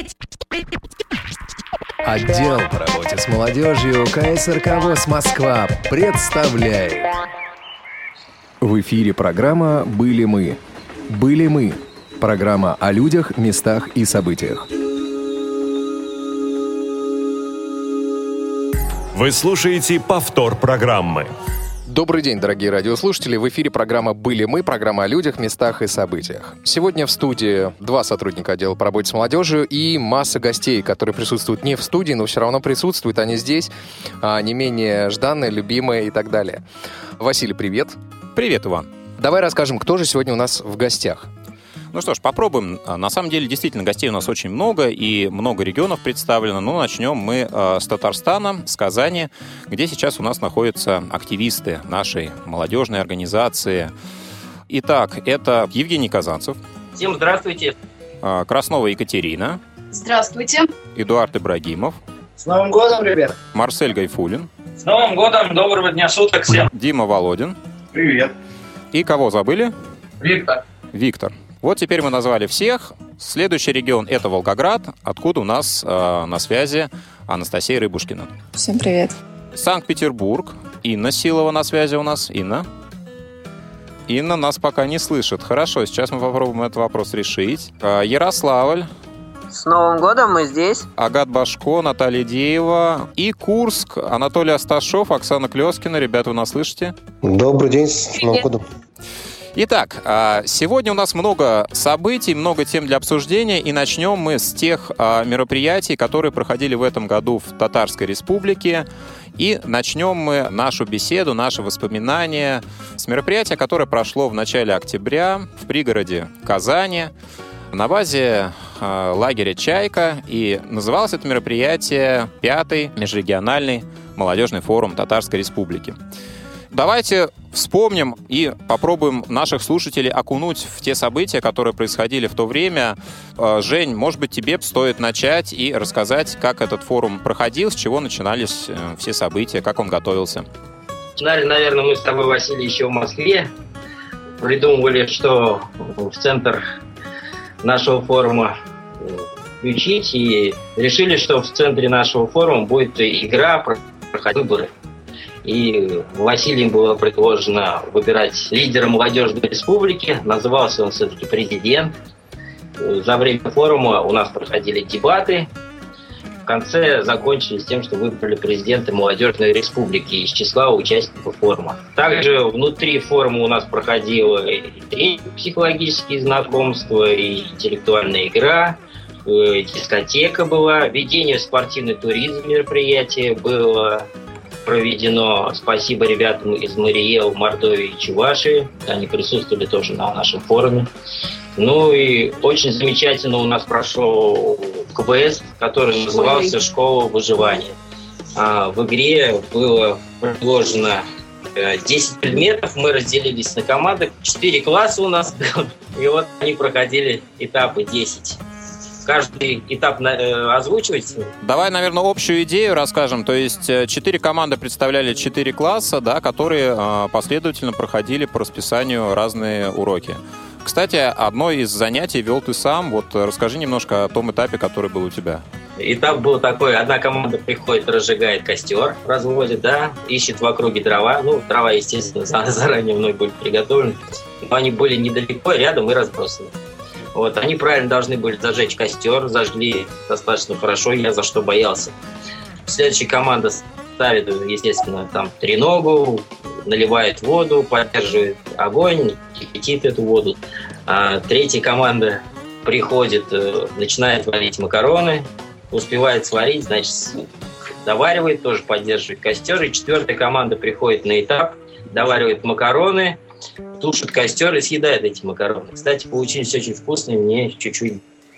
Отдел по работе с молодежью КСРК ВОС Москва представляет. В эфире программа «Были мы». «Были мы». Программа о людях, местах и событиях. Вы слушаете повтор программы. Добрый день, дорогие радиослушатели. В эфире программа «Были мы», программа о людях, местах и событиях. Сегодня в студии 2 сотрудника отдела по работе с молодежью и масса гостей, которые присутствуют не в студии, но все равно присутствуют. Они здесь, не менее жданные, любимые и так далее. Василий, привет. Привет, Иван. Давай расскажем, кто же сегодня у нас в гостях. Ну что ж, попробуем. На самом деле, действительно, гостей у нас очень много, и много регионов представлено. Но начнем мы с Татарстана, с Казани, где сейчас у нас находятся активисты нашей молодежной организации. Итак, это Евгений Казанцев. Всем здравствуйте. Краснова Екатерина. Здравствуйте. Эдуард Ибрагимов. С Новым годом, ребят. Марсель Гайфуллин. С Новым годом, доброго дня суток всем. Дима Володин. Привет. И кого забыли? Виктор. Вот теперь мы назвали всех. Следующий регион – это Волгоград, откуда у нас на связи Анастасия Рыбушкина. Всем привет. Санкт-Петербург. Инна Силова на связи у нас. Инна нас пока не слышит. Хорошо, сейчас мы попробуем этот вопрос решить. Ярославль. С Новым годом мы здесь. Агат Башко, Наталья Деева. И Курск. Анатолий Асташов, Оксана Клёскина. Ребята, вы нас слышите? Добрый день, с Новым годом. Итак, сегодня у нас много событий, много тем для обсуждения, и начнем мы с тех мероприятий, которые проходили в этом году в Татарской Республике. И начнем мы нашу беседу, наши воспоминания с мероприятия, которое прошло в начале октября в пригороде Казани на базе лагеря «Чайка». И называлось это мероприятие «5-й межрегиональный молодежный форум Татарской Республики». Давайте вспомним и попробуем наших слушателей окунуть в те события, которые происходили в то время. Жень, может быть, тебе стоит начать и рассказать, как этот форум проходил, с чего начинались все события, как он готовился. Начинали, наверное, мы с тобой, Василий, еще в Москве. Придумывали, что в центр нашего форума включить, и решили, что в центре нашего форума будет игра, проходить выборы. И Василием было предложено выбирать лидера молодежной республики. Назывался он все-таки президент. За время форума у нас проходили дебаты. В конце закончились тем, что выбрали президента молодежной республики из числа участников форума. Также внутри форума у нас проходило и психологические знакомства, и интеллектуальная игра, дискотека была, ведение в спортивный туризм мероприятия было проведено. Спасибо ребятам из Мариэл, Мордовии и Чувашии. Они присутствовали тоже на нашем форуме. Ну и очень замечательно у нас прошел КВС, который назывался «Школа выживания». В игре было предложено 10 предметов. Мы разделились на команды. 4 класса у нас было. И вот они проходили этапы 10. Каждый этап озвучивать? Давай, наверное, общую идею расскажем. То есть 4 команды представляли 4 класса, да, которые последовательно проходили по расписанию разные уроки. Кстати, одно из занятий вел ты сам. Вот расскажи немножко о том этапе, который был у тебя. Этап был такой: одна команда приходит, разжигает костер, разводит, да, ищет в округе дрова. Ну, дрова, естественно, заранее мной были приготовлены. Но они были недалеко, рядом и разбросаны. Вот, они правильно должны были зажечь костер, зажгли достаточно хорошо, я за что боялся. Следующая команда ставит, естественно, там треногу, наливает воду, поддерживает огонь, кипятит эту воду. Третья команда приходит, начинает варить макароны, успевает сварить, значит, доваривает, тоже поддерживает костер. И четвертая команда приходит на этап, доваривает макароны, тушит костер и съедает эти макароны. Кстати, получились очень вкусные, мне чуть-чуть...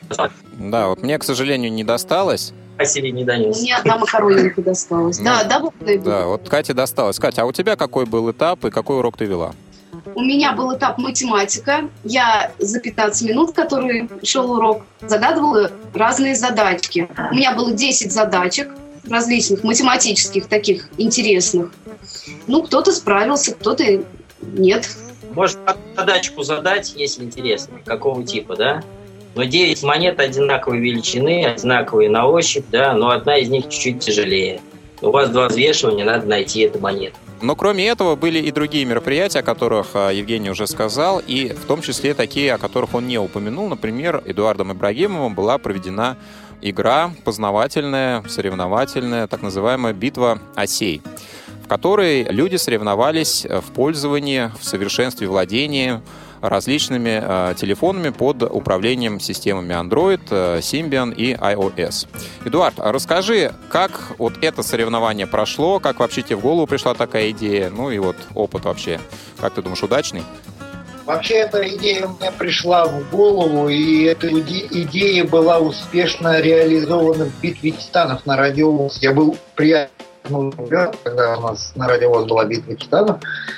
Да, вот мне, к сожалению, не досталось. Василий не донес. Мне одна макаронинка досталась. Да, вот Кате досталось. Катя, а у тебя какой был этап и какой урок ты вела? У меня был этап математика. Я за 15 минут, который шел урок, загадывала разные задачки. У меня было 10 задачек различных, математических, таких интересных. Ну, кто-то справился, кто-то нет. Можно задачку задать, если интересно, какого типа, да? Но 9 монет одинаковой величины, одинаковые на ощупь, да, но одна из них чуть-чуть тяжелее. У вас 2 взвешивания, надо найти эту монету. Но кроме этого были и другие мероприятия, о которых Евгений уже сказал, и в том числе такие, о которых он не упомянул. Например, Эдуардом Ибрагимовым была проведена игра познавательная, соревновательная, так называемая «Битва осей», в которой люди соревновались в пользовании, в совершенстве владения различными телефонами под управлением системами Android, Symbian и iOS. Эдуард, расскажи, как вот это соревнование прошло, как вообще тебе в голову пришла такая идея, ну и вот опыт вообще, как ты думаешь, удачный? Вообще, эта идея мне пришла в голову, и эта идея была успешно реализована в битве титанов на радиовоз. Я был приятным, когда у нас на радиовоз была битва титанов.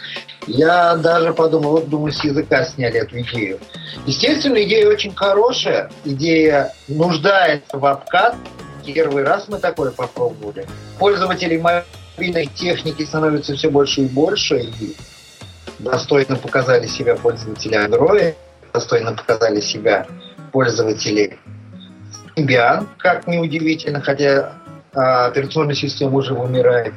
Я даже подумал, вот, думаю, с языка сняли эту идею. Естественно, идея очень хорошая. Идея нуждается в обкат. Первый раз мы такое попробовали. Пользователей мобильной техники становится все больше и больше. И достойно показали себя пользователи Android. Достойно показали себя пользователи Symbian, как неудивительно, хотя операционная система уже вымирает.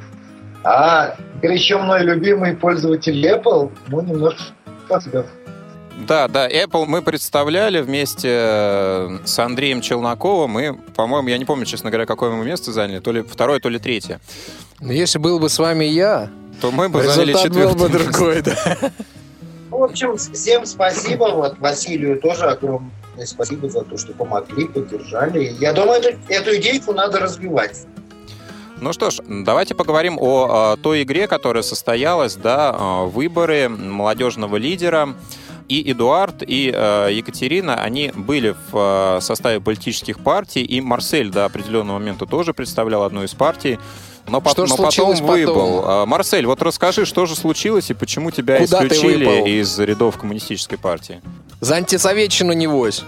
А горячо мной любимый пользователь Apple, ну, немножко подсвет. Да, Apple мы представляли вместе с Андреем Челноковым. Мы, по-моему, я не помню, честно говоря, какое мы место заняли, то ли второе, то ли третье. Но если был бы с вами я, то мы бы заняли четвертое. Результат был бы другой, да. В общем, всем спасибо. Вот Василию тоже огромное спасибо за то, что помогли, поддержали. Я думаю, эту идейку надо развивать. Ну что ж, давайте поговорим о той игре, которая состоялась, да, выборы молодежного лидера. И Эдуард, и Екатерина, они были в составе политических партий, и Марсель до определенного момента тоже представлял одну из партий, но потом выбыл. Марсель, вот расскажи, что же случилось и почему тебя исключили из рядов коммунистической партии? За антисоветчину, небось.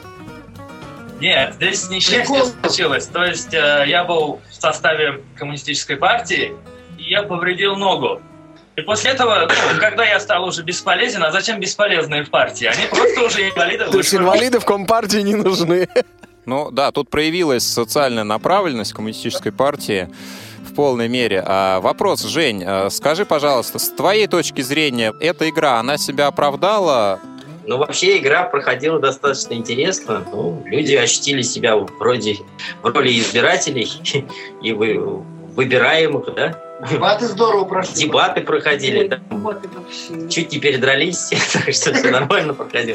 Нет, здесь несчастье случилось. То есть я был в составе коммунистической партии, и я повредил ногу. И после этого, когда я стал уже бесполезен, а зачем бесполезные в партии? Они просто уже инвалиды. То есть инвалиды в Компартии не нужны. Ну да, тут проявилась социальная направленность коммунистической партии в полной мере. Вопрос, Жень, скажи, пожалуйста, с твоей точки зрения, эта игра, она себя оправдала? Ну, вообще игра проходила достаточно интересно. Ну, люди ощутили себя вроде в роли избирателей и выбираемых, да? Дебаты здорово прошли. Дебаты проходили, да. Чуть не передрались, так что все нормально проходило.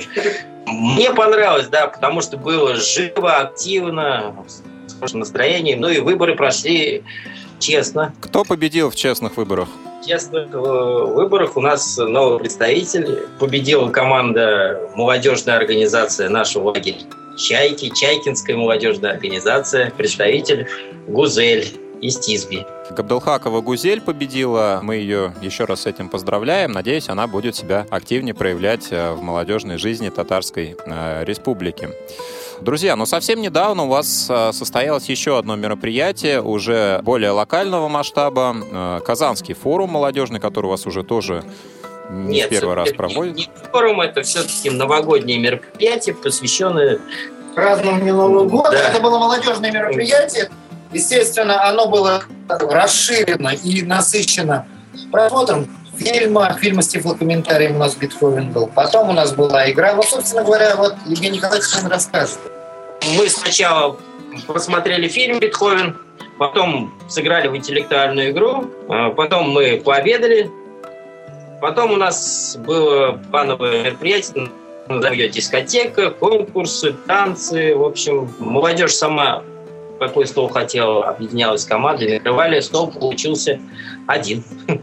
Мне понравилось, да, потому что было живо, активно, с хорошим настроением. Ну и выборы прошли честно. Кто победил в честных выборах? В честных выборах у нас новый представитель. Победила команда молодежная организация нашего лагеря «Чайки», Чайкинская молодежная организация, представитель Гузель из Тизби. Габдалхакова Гузель победила. Мы ее еще раз с этим поздравляем. Надеюсь, она будет себя активнее проявлять в молодежной жизни Татарской Республики. Друзья, совсем недавно у вас состоялось еще одно мероприятие, уже более локального масштаба. Казанский форум молодежный, который у вас уже тоже не в первый раз проводит. Нет, форум — это все-таки новогоднее мероприятие, посвященное празднованию Нового года. Да. Это было молодежное мероприятие. Естественно, оно было расширено и насыщено просмотром фильма с тифлокомментарием у нас Бетховен был. Потом у нас была игра. Собственно говоря, Евгений Николаевич нам расскажет. Мы сначала посмотрели фильм «Бетховен», потом сыграли в интеллектуальную игру, потом мы пообедали, потом у нас было плановое мероприятие, назовем дискотека, конкурсы, танцы. В общем, молодежь сама какой стол хотела, объединялась командой, накрывали, стол получился один.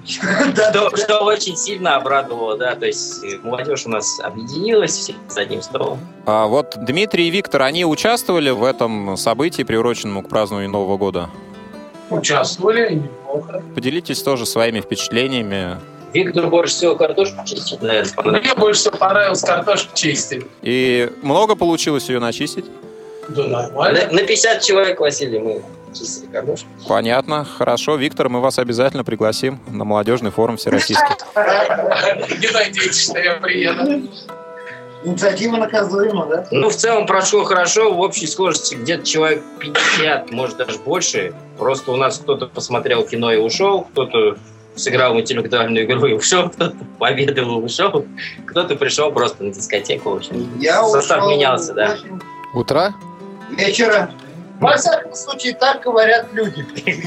Что очень сильно обрадовало, да, то есть молодежь у нас объединилась, все с одним столом. А вот Дмитрий и Виктор, они участвовали в этом событии, приуроченному к празднованию Нового года? Участвовали, неплохо. Поделитесь тоже своими впечатлениями. Виктору больше всего картошку чистить, наверное. Мне больше всего понравилось картошку чистить. И много получилось ее начистить? Да, нормально. На 50 человек, Василий, мы чистили картошку. Понятно, хорошо. Виктор, мы вас обязательно пригласим на молодежный форум всероссийский. Не надейтесь, что я приеду. Инициатива наказуема, да? Ну, в целом прошло хорошо, в общей сложности где-то человек 50, может даже больше. Просто у нас кто-то посмотрел кино и ушел, кто-то сыграл в интеллектуальную игру и ушел, кто-то пообедал и ушел, кто-то пришел просто на дискотеку, в общем. Состав менялся, да. Утра? Вечера. Во всяком случае, так говорят люди.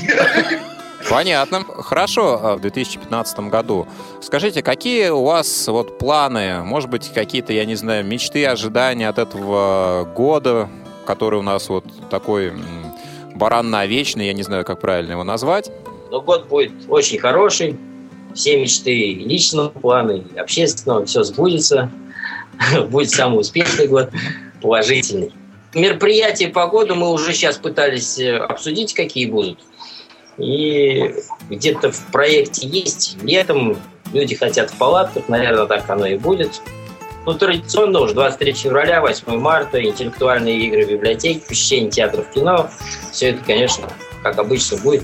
Понятно. Хорошо, в 2015 году. Скажите, какие у вас вот планы, может быть, какие-то, я не знаю, мечты, ожидания от этого года, который у нас вот такой баранно-вечный, я не знаю, как правильно его назвать? Но год будет очень хороший. Все мечты и личного плана, и общественного, все сбудется. Будет самый успешный год, положительный. Мероприятия по году мы уже сейчас пытались обсудить, какие будут. И где-то в проекте есть. Летом люди хотят в палатках, наверное, так оно и будет. Ну, традиционно уже 23 февраля, 8 марта, интеллектуальные игры в библиотеке, посещение театров, кино. Все это, конечно, как обычно будет.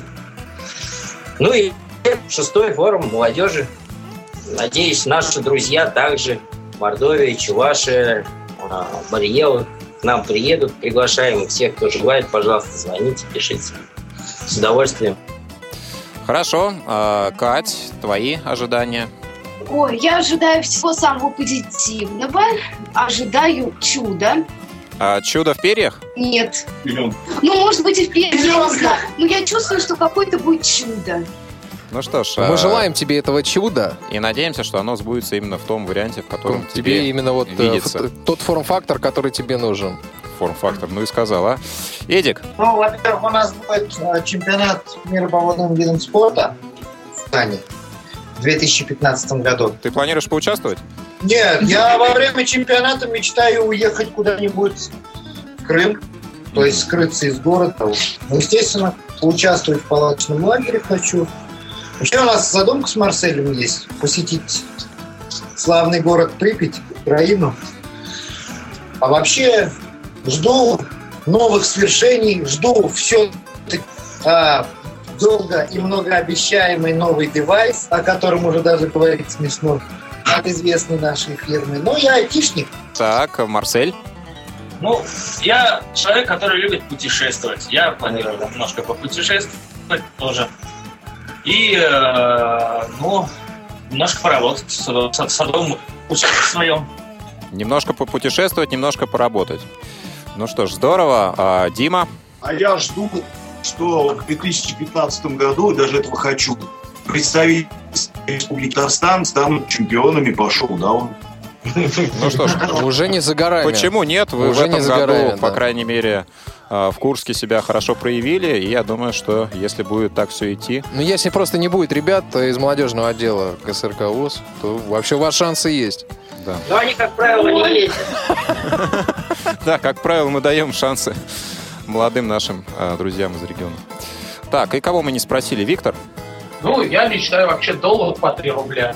Ну и 6-й форум молодежи. Надеюсь, наши друзья также, Мордовия, Чувашия, Мариэл, к нам приедут. Приглашаем всех, кто желает, пожалуйста, звоните, пишите. С удовольствием. Хорошо. Кать, твои ожидания? Ой, я ожидаю всего самого позитивного. Ожидаю чуда. Чудо в перьях? Нет. Ну, может быть, и в перьях, я не знаю. Но я чувствую, что какое-то будет чудо. Ну что ж, мы желаем тебе этого чуда. И надеемся, что оно сбудется именно в том варианте, в котором тебе именно вот видится. Тот форм-фактор, который тебе нужен. Форм-фактор, ну и сказал, а? Эдик? Ну, во-первых, у нас будет чемпионат мира по водным видам спорта в Тане в 2015 году. Ты планируешь поучаствовать? Нет, я во время чемпионата мечтаю уехать куда-нибудь в Крым, то есть скрыться из города. Ну, естественно, поучаствовать в палаточном лагере хочу. Вообще у нас задумка с Марселем есть посетить славный город Припять, Украину. А вообще жду новых свершений, жду все долго и многообещаемый новый девайс, о котором уже даже говорить смешно, от известной нашей фирмы. Но я айтишник. Так, Марсель? Ну, я человек, который любит путешествовать. Я планирую немножко попутешествовать тоже. И, немножко поработать в садовом участке своем. Немножко попутешествовать, немножко поработать. Ну что ж, здорово. Дима? А я жду, что в 2015 году, даже этого хочу, представители Республики Татарстан станут чемпионами по шоу-дауну. Ну что ж, уже не за горами. Почему нет? Вы уже в этом году, по крайней мере, в Курске себя хорошо проявили, и я думаю, что если будет так все идти... Ну, если просто не будет ребят из молодежного отдела ГСРК ВОС, то вообще у вас шансы есть. Да. Но они, как правило, не ездят. Да, как правило, мы даем шансы молодым нашим друзьям из региона. Так, и кого мы не спросили? Виктор? Ну, я мечтаю вообще доллар по 3 рубля.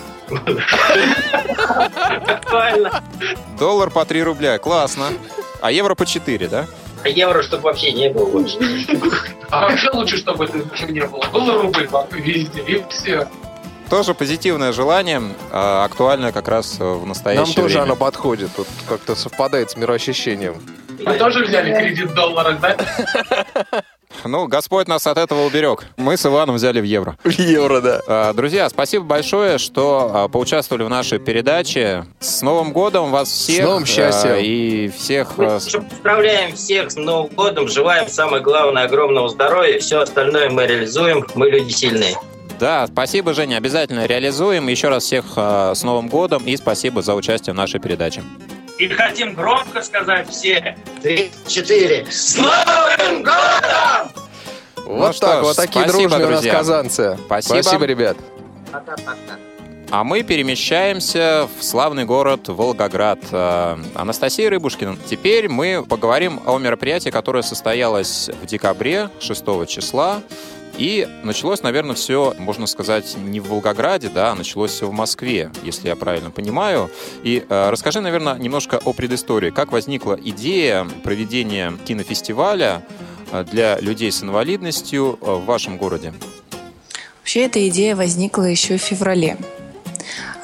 Актуально. Доллар по 3 рубля, классно. А евро по 4, да? А евро, чтобы вообще не было больше. А вообще лучше, чтобы это уже не было. Доллар, рубль везде, и все. Тоже позитивное желание, актуальное как раз в настоящее время. Нам тоже оно подходит, тут как-то совпадает с мироощущением. Мы тоже взяли кредит в долларах, да? Ну, Господь нас от этого уберег. Мы с Иваном взяли в евро. В евро, да. Друзья, спасибо большое, что поучаствовали в нашей передаче. С Новым годом вас всех! С новым счастьем! И всех... Мы поздравляем всех с Новым годом, желаем самое главное огромного здоровья, все остальное мы реализуем, мы люди сильные. Да, спасибо, Женя, обязательно реализуем. Еще раз всех с Новым годом и спасибо за участие в нашей передаче. И хотим громко сказать все. 3, 4. С Новым годом! Вот ну так, ж, вот такие спасибо, дружные друзья. у нас казанцы. Спасибо, ребят. А мы перемещаемся в славный город Волгоград. Анастасия Рыбушкина. Теперь мы поговорим о мероприятии, которое состоялось в декабре, 6 числа. И началось, наверное, все, можно сказать, не в Волгограде, да, а началось все в Москве, если я правильно понимаю. И расскажи, наверное, немножко о предыстории. Как возникла идея проведения кинофестиваля для людей с инвалидностью в вашем городе? Вообще, эта идея возникла еще в феврале.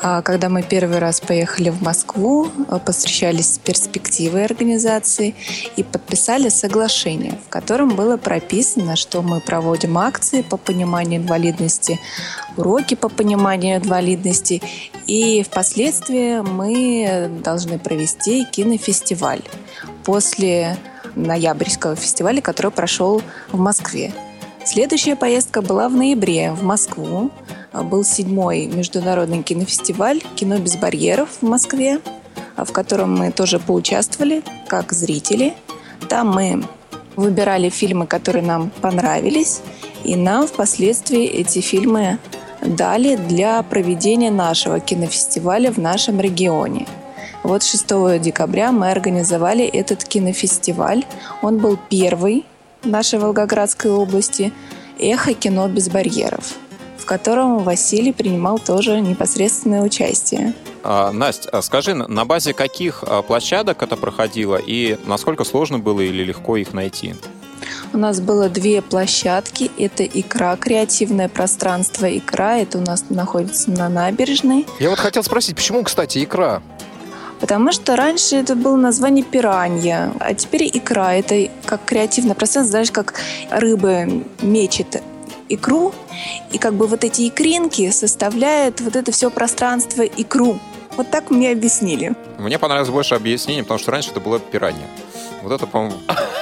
Когда мы первый раз поехали в Москву, повстречались с перспективой организации и подписали соглашение, в котором было прописано, что мы проводим акции по пониманию инвалидности, уроки по пониманию инвалидности, и впоследствии мы должны провести кинофестиваль после ноябрьского фестиваля, который прошел в Москве. Следующая поездка была в ноябре в Москву. Был 7-й международный кинофестиваль «Кино без барьеров» в Москве, в котором мы тоже поучаствовали как зрители. Там мы выбирали фильмы, которые нам понравились, и нам впоследствии эти фильмы дали для проведения нашего кинофестиваля в нашем регионе. Вот 6 декабря мы организовали этот кинофестиваль. Он был первый в нашей Волгоградской области «Эхо кино без барьеров», в котором Василий принимал тоже непосредственное участие. Настя, скажи, на базе каких площадок это проходило и насколько сложно было или легко их найти? У нас было 2 площадки. Это «Икра», креативное пространство «Икра». Это у нас находится на набережной. Я вот хотел спросить, почему, кстати, «Икра»? Потому что раньше это было название «Пиранья», а теперь «Икра». Это как креативное пространство, знаешь, как рыба мечет икру, и как бы вот эти икринки составляют вот это все пространство икру. Вот так мне объяснили. Мне понравилось больше объяснение, потому что раньше это было «Пиранья». Вот это, по-моему...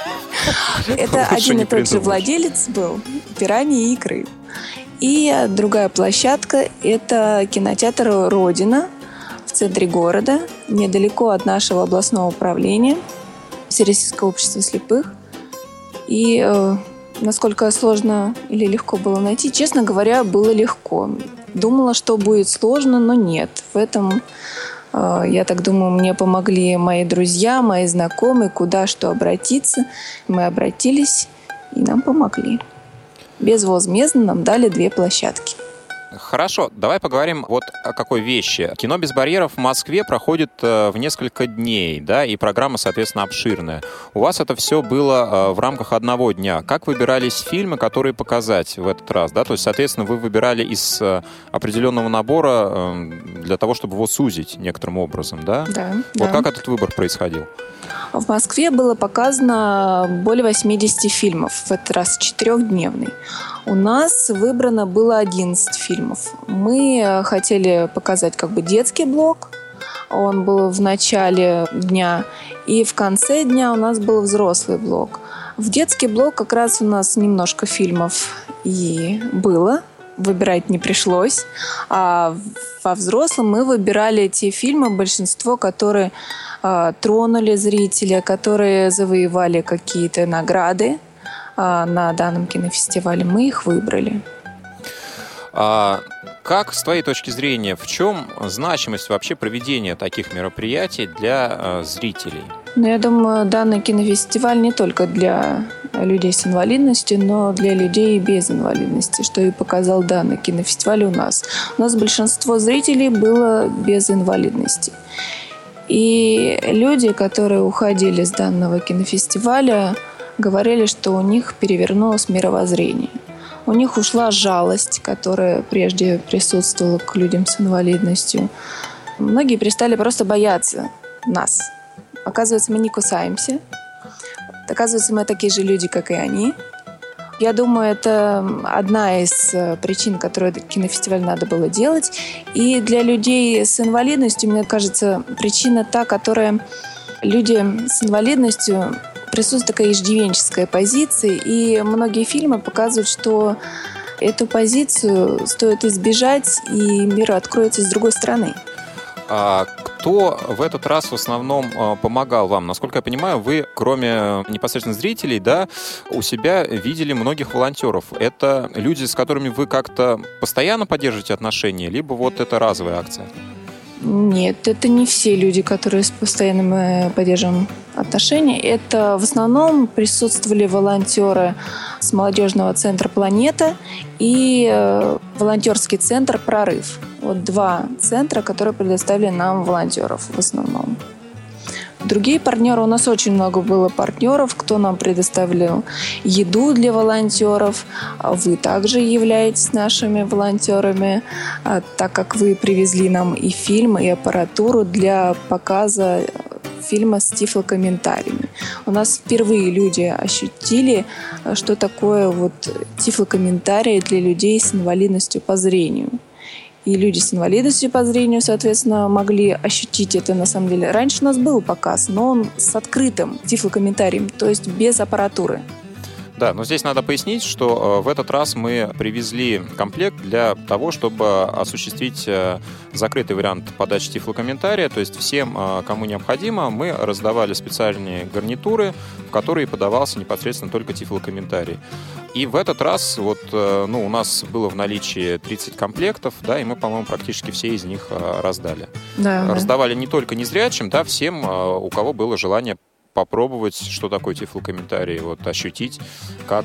Это один и тот же владелец был «Пираньи» и «Икры». И другая площадка – это кинотеатр «Родина» в центре города, недалеко от нашего областного управления, Всероссийского общества слепых. И насколько сложно или легко было найти, честно говоря, было легко. Думала, что будет сложно, но нет. В этом, я так думаю, мне помогли мои друзья, мои знакомые, куда что обратиться. Мы обратились, и нам помогли. Безвозмездно нам дали 2 площадки. Хорошо, давай поговорим вот о какой вещи. «Кино без барьеров» в Москве проходит в несколько дней, да, и программа, соответственно, обширная. У вас это все было в рамках одного дня. Как выбирались фильмы, которые показать в этот раз, да? То есть, соответственно, вы выбирали из определенного набора для того, чтобы его сузить некоторым образом, да? Да. Вот как этот выбор происходил? В Москве было показано более 80 фильмов, в этот раз 4-дневный. У нас выбрано было 11 фильмов. Мы хотели показать как бы детский блок, он был в начале дня, и в конце дня у нас был взрослый блок. В детский блок как раз у нас немножко фильмов и было, выбирать не пришлось. А во взрослом мы выбирали те фильмы, большинство, которые тронули зрителя, которые завоевали какие-то награды на данном кинофестивале. Мы их выбрали. Как, с твоей точки зрения, в чем значимость вообще проведения таких мероприятий для зрителей? Я думаю, данный кинофестиваль не только для людей с инвалидностью, но для людей без инвалидности, что и показал данный кинофестиваль у нас. У нас большинство зрителей было без инвалидности. И люди, которые уходили с данного кинофестиваля, говорили, что у них перевернулось мировоззрение. У них ушла жалость, которая прежде присутствовала к людям с инвалидностью. Многие перестали просто бояться нас. Оказывается, мы не кусаемся. Оказывается, мы такие же люди, как и они. Я думаю, это одна из причин, которую кинофестиваль надо было делать. И для людей с инвалидностью, мне кажется, причина та, которая люди с инвалидностью присутствует такая иждивенческая позиция, и многие фильмы показывают, что эту позицию стоит избежать, и мир откроется с другой стороны. Кто в этот раз в основном помогал вам? Насколько я понимаю, вы, кроме непосредственно зрителей, да, у себя видели многих волонтеров. Это люди, с которыми вы как-то постоянно поддерживаете отношения, либо вот это разовая акция? Нет, это не все люди, которые постоянно мы поддерживаем отношения. Это в основном присутствовали волонтеры с молодежного центра «Планета» и волонтерский центр «Прорыв». Вот 2 центра, которые предоставили нам волонтеров в основном. другие партнеры, у нас очень много было партнеров, кто нам предоставлял еду для волонтеров. Вы также являетесь нашими волонтерами, так как вы привезли нам и фильм, и аппаратуру для показа фильма с тифлокомментариями. У нас впервые люди ощутили, что такое вот тифлокомментарии для людей с инвалидностью по зрению. И люди с инвалидностью по зрению, соответственно, могли ощутить это на самом деле. Раньше у нас был показ, но он с открытым тифлокомментарием, то есть без аппаратуры. Да, но здесь надо пояснить, что в этот раз мы привезли комплект для того, чтобы осуществить закрытый вариант подачи тифлокомментария. То есть всем, кому необходимо, мы раздавали специальные гарнитуры, в которые подавался непосредственно только тифлокомментарий. И в этот раз у нас было в наличии 30 комплектов, да, и мы, по-моему, практически все из них раздали. Да, раздавали не только незрячим, да, всем, у кого было желание попробовать, что такое тифлокомментарий, ощутить, как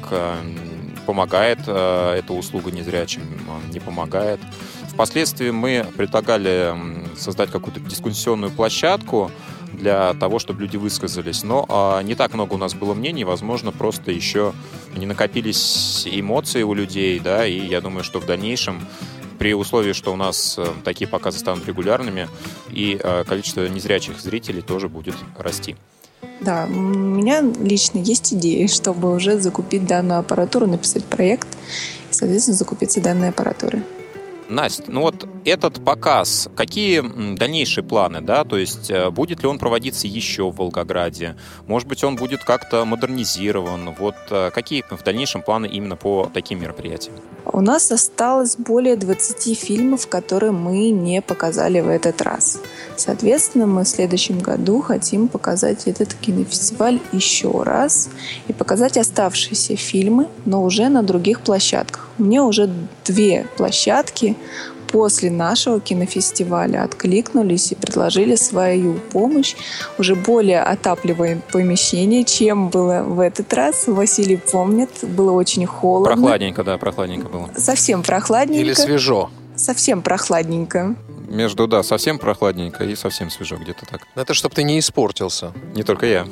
помогает эта услуга незрячим, не помогает. Впоследствии мы предлагали создать какую-то дискуссионную площадку для того, чтобы люди высказались. Но не так много у нас было мнений, возможно, просто еще не накопились эмоции у людей, да, и я думаю, что в дальнейшем, при условии, что у нас такие показы станут регулярными, и количество незрячих зрителей тоже будет расти. Да, у меня лично есть идея, чтобы уже закупить данную аппаратуру, написать проект и, соответственно, закупиться данной аппаратурой. Настя, этот показ, какие дальнейшие планы, да? То есть будет ли он проводиться еще в Волгограде? Может быть, он будет как-то модернизирован? Какие в дальнейшем планы именно по таким мероприятиям? У нас осталось более 20 фильмов, которые мы не показали в этот раз. Соответственно, мы в следующем году хотим показать этот кинофестиваль еще раз и показать оставшиеся фильмы, но уже на других площадках. Мне уже 2 площадки после нашего кинофестиваля откликнулись и предложили свою помощь. Уже более отапливаемое помещение, чем было в этот раз. Василий помнит, было очень холодно. Прохладненько было. Совсем прохладненько. Или свежо? Совсем прохладненько. Совсем прохладненько и совсем свежо, где-то так. Это чтобы ты не испортился. Не только я.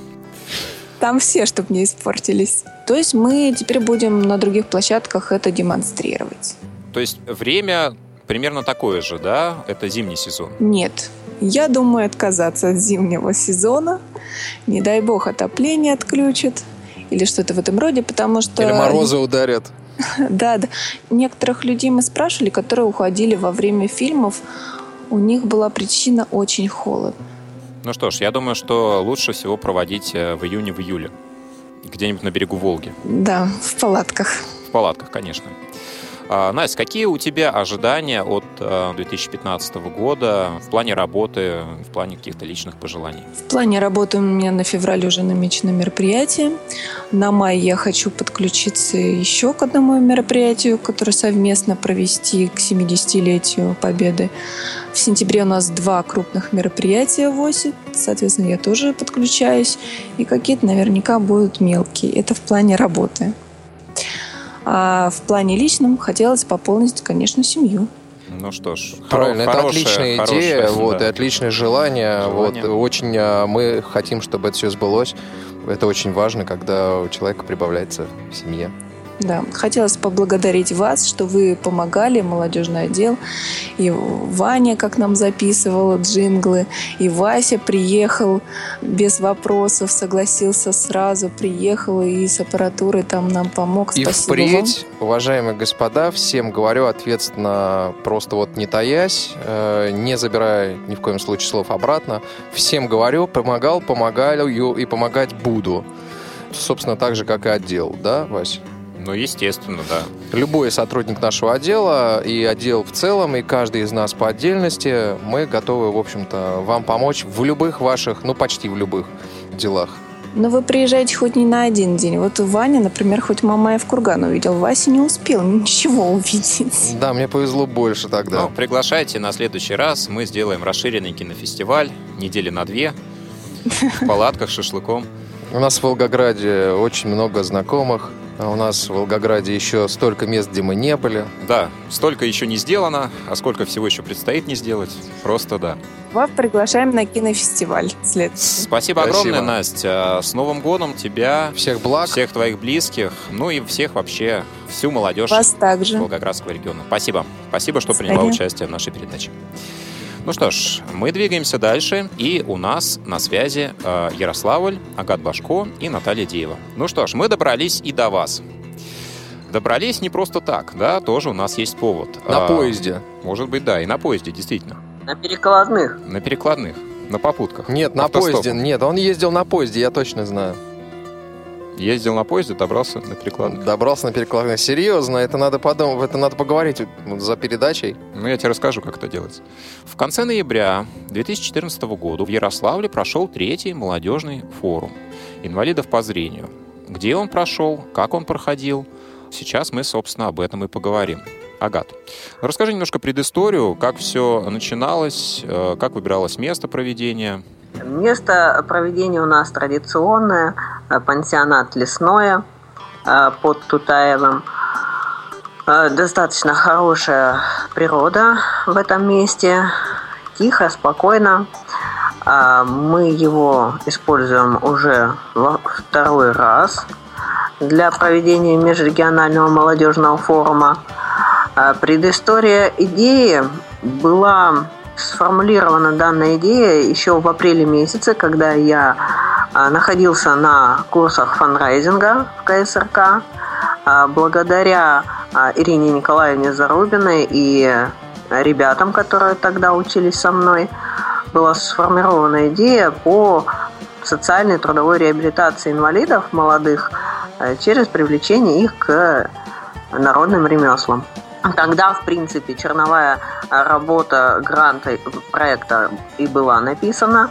Там все, чтобы не испортились. То есть мы теперь будем на других площадках это демонстрировать. То есть время примерно такое же, да? Это зимний сезон? Нет. Я думаю отказаться от зимнего сезона. Не дай бог отопление отключат или что-то в этом роде, потому что... Или морозы ударят. Да. Некоторых людей мы спрашивали, которые уходили во время фильмов, у них была причина очень холодно. Ну что ж, я думаю, что лучше всего проводить в июне, в июле. Где-нибудь на берегу Волги. Да, в палатках. В палатках, конечно. Настя, какие у тебя ожидания от 2015 года в плане работы, в плане каких-то личных пожеланий? В плане работы у меня на февраль уже намечено мероприятие. На май я хочу подключиться еще к одному мероприятию, которое совместно провести к 70-летию Победы. В сентябре у нас 2 крупных мероприятия в ОСИ. Соответственно, я тоже подключаюсь. И какие-то наверняка будут мелкие. Это в плане работы. А в плане личном хотелось пополнить, конечно, семью. Ну что ж, правильно, это отличная идея, и отличное желание. Очень мы хотим, чтобы это все сбылось. Это очень важно, когда у человека прибавляется в семье. Да, хотелось поблагодарить вас, что вы помогали, молодежный отдел, и Ваня, как нам записывал джинглы, и Вася приехал без вопросов, согласился сразу, приехал и с аппаратурой там нам помог. И спасибо впредь, вам. Уважаемые господа, всем говорю ответственно, просто не таясь, не забирая ни в коем случае слов обратно, всем говорю, помогаю и помогать буду. Собственно, так же, как и отдел, да, Вась? Ну, естественно, да. Любой сотрудник нашего отдела и отдел в целом, и каждый из нас по отдельности, мы готовы, в общем-то, вам помочь в любых ваших, почти в любых делах. Но вы приезжаете хоть не на один день. Вот Ваня, например, хоть Мамаев курган увидел, Вася не успел ничего увидеть. Да, мне повезло больше тогда. Приглашайте на следующий раз. Мы сделаем расширенный кинофестиваль недели на 2 в палатках с шашлыком. У нас в Волгограде очень много знакомых, А у нас в Волгограде еще столько мест, где мы не были. Да, столько еще не сделано, а сколько всего еще предстоит не сделать. Просто да. Вас приглашаем на кинофестиваль. Спасибо огромное, Настя. С Новым годом тебя. Всех благ. Всех твоих близких. Ну и всех вообще, всю молодежь вас также. Волгоградского региона. Спасибо. Спасибо, что приняла участие в нашей передаче. Ну что ж, мы двигаемся дальше, и у нас на связи Ярославль, Агат Башко и Наталья Деева. Ну что ж, мы добрались и до вас. Добрались не просто так, да, тоже у нас есть повод. На поезде. Может быть, да, и на поезде, действительно. На перекладных. На перекладных, на попутках. Нет, на поезде, нет, он ездил на поезде, я точно знаю. Ездил на поезде, добрался на перекладных. Добрался на перекладных. Серьезно, это надо подумать, это надо поговорить за передачей. Ну, я тебе расскажу, как это делается. В конце ноября 2014 года в Ярославле прошел 3-й молодежный форум инвалидов по зрению. Где он прошел, как он проходил, сейчас мы, собственно, об этом и поговорим. Агат, расскажи немножко предысторию, как все начиналось, как выбиралось место проведения. Место проведения у нас традиционное, пансионат «Лесное» под Тутаевым. Достаточно хорошая природа в этом месте, тихо, спокойно. Мы его используем уже во второй раз для проведения межрегионального молодежного форума. Предыстория идеи была... Сформулирована данная идея еще в апреле месяце, когда я находился на курсах фандрайзинга в КСРК. Благодаря Ирине Николаевне Зарубиной и ребятам, которые тогда учились со мной, была сформирована идея по социальной трудовой реабилитации инвалидов молодых через привлечение их к народным ремеслам. Тогда, в принципе, черновая работа гранта проекта и была написана,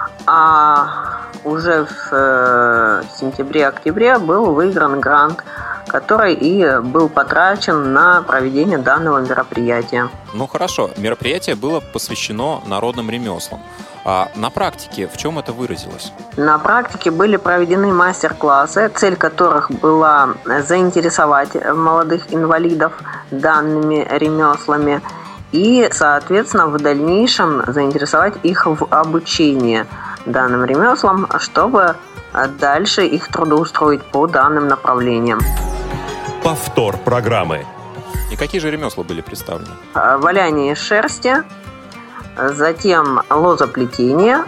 а уже в сентябре-октябре был выигран грант, который и был потрачен на проведение данного мероприятия. Ну хорошо, мероприятие было посвящено народным ремеслам. А на практике в чем это выразилось? На практике были проведены мастер-классы, цель которых была заинтересовать молодых инвалидов данными ремеслами и, соответственно, в дальнейшем заинтересовать их в обучении данным ремеслам, чтобы дальше их трудоустроить по данным направлениям. Повтор программы. И какие же ремесла были представлены? Валяние шерсти, затем лозоплетение.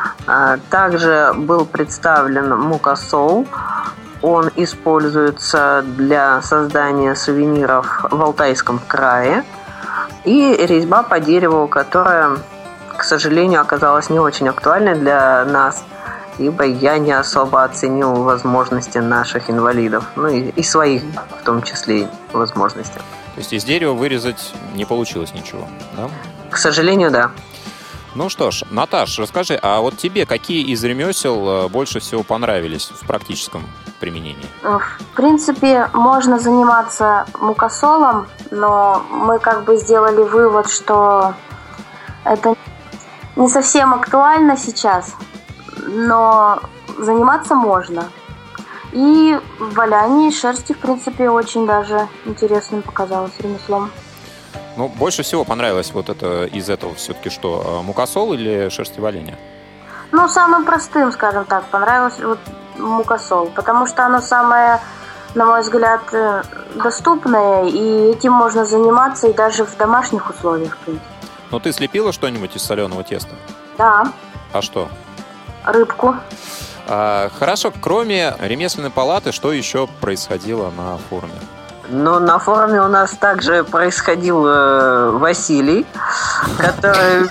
Также был представлен мукосол. Он используется для создания сувениров в Алтайском крае. И резьба по дереву, которая, к сожалению, оказалась не очень актуальной для нас, ибо я не особо оценил возможности наших инвалидов, ну и своих в том числе возможности. То есть из дерева вырезать не получилось ничего, да? К сожалению, да. Ну что ж, Наташ, расскажи, а вот тебе какие из ремесел больше всего понравились в практическом применении? В принципе, можно заниматься мукосолом, но мы как бы сделали вывод, что это не совсем актуально сейчас, но заниматься можно. И валяние шерсти, в принципе, очень даже интересным показалось ремеслом. Ну, больше всего понравилось вот это из этого все-таки что, мукосол или шерстеваление? Ну, самым простым, скажем так, понравилось вот мукосол, потому что оно самое, на мой взгляд, доступное, и этим можно заниматься и даже в домашних условиях, в принципе. Ну, ты слепила что-нибудь из соленого теста? Да. А что? Рыбку. Хорошо, кроме ремесленной палаты, что еще происходило на форуме? Ну, на форуме у нас также происходил Василий, который...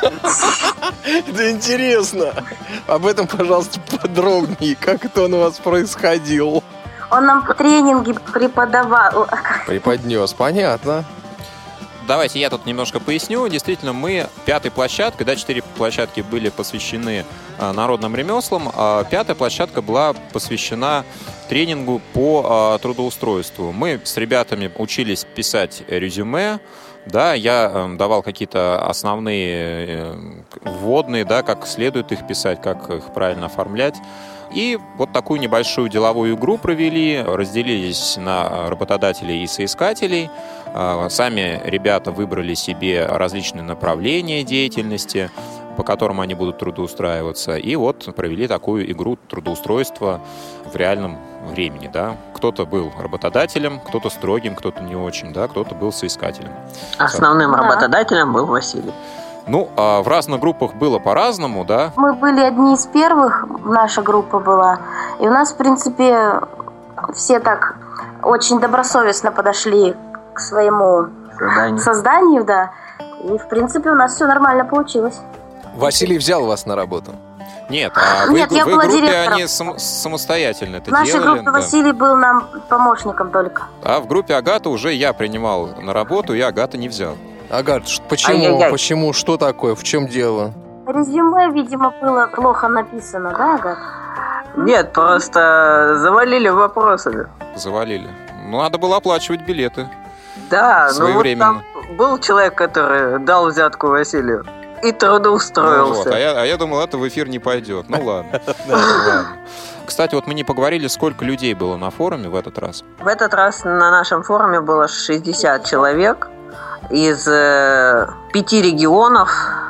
Это интересно. Об этом, пожалуйста, подробнее. Как это он у вас происходил? Он нам тренинги преподавал. Преподнес, понятно. Давайте я тут немножко поясню. Действительно, мы 5-й площадкой, да, 4 площадки были посвящены народным ремеслам, а 5-я площадка была посвящена тренингу по трудоустройству. Мы с ребятами учились писать резюме. Да, я давал какие-то основные вводные, да, как следует их писать, как их правильно оформлять. И вот такую небольшую деловую игру провели, разделились на работодателей и соискателей. Сами ребята выбрали себе различные направления деятельности, по которым они будут трудоустраиваться. И вот провели такую игру трудоустройства в реальном времени. Да. Кто-то был работодателем, кто-то строгим, кто-то не очень, да, кто-то был соискателем. Основным работодателем был Василий. Ну, в разных группах было по-разному, да? Мы были одни из первых, наша группа была. И у нас, в принципе, все так очень добросовестно подошли к своему созданию, да. И, в принципе, у нас все нормально получилось. Василий взял вас на работу? Нет, в группе они самостоятельно это делали. В нашей группе Василий был нам помощником только. А в группе Агата уже я принимал на работу, и Агата не взял. Агат, почему? Что такое? В чем дело? Резюме, видимо, было плохо написано, да, Агат? Нет, просто завалили вопросами. Завалили. Ну, надо было оплачивать билеты. Да, ну вот там был человек, который дал взятку Василию и трудоустроился. Ну, вот, а я думал, это в эфир не пойдет. Ну ладно. Кстати, вот мы не поговорили, сколько людей было на форуме в этот раз. В этот раз на нашем форуме было 60 человек из 5 регионов: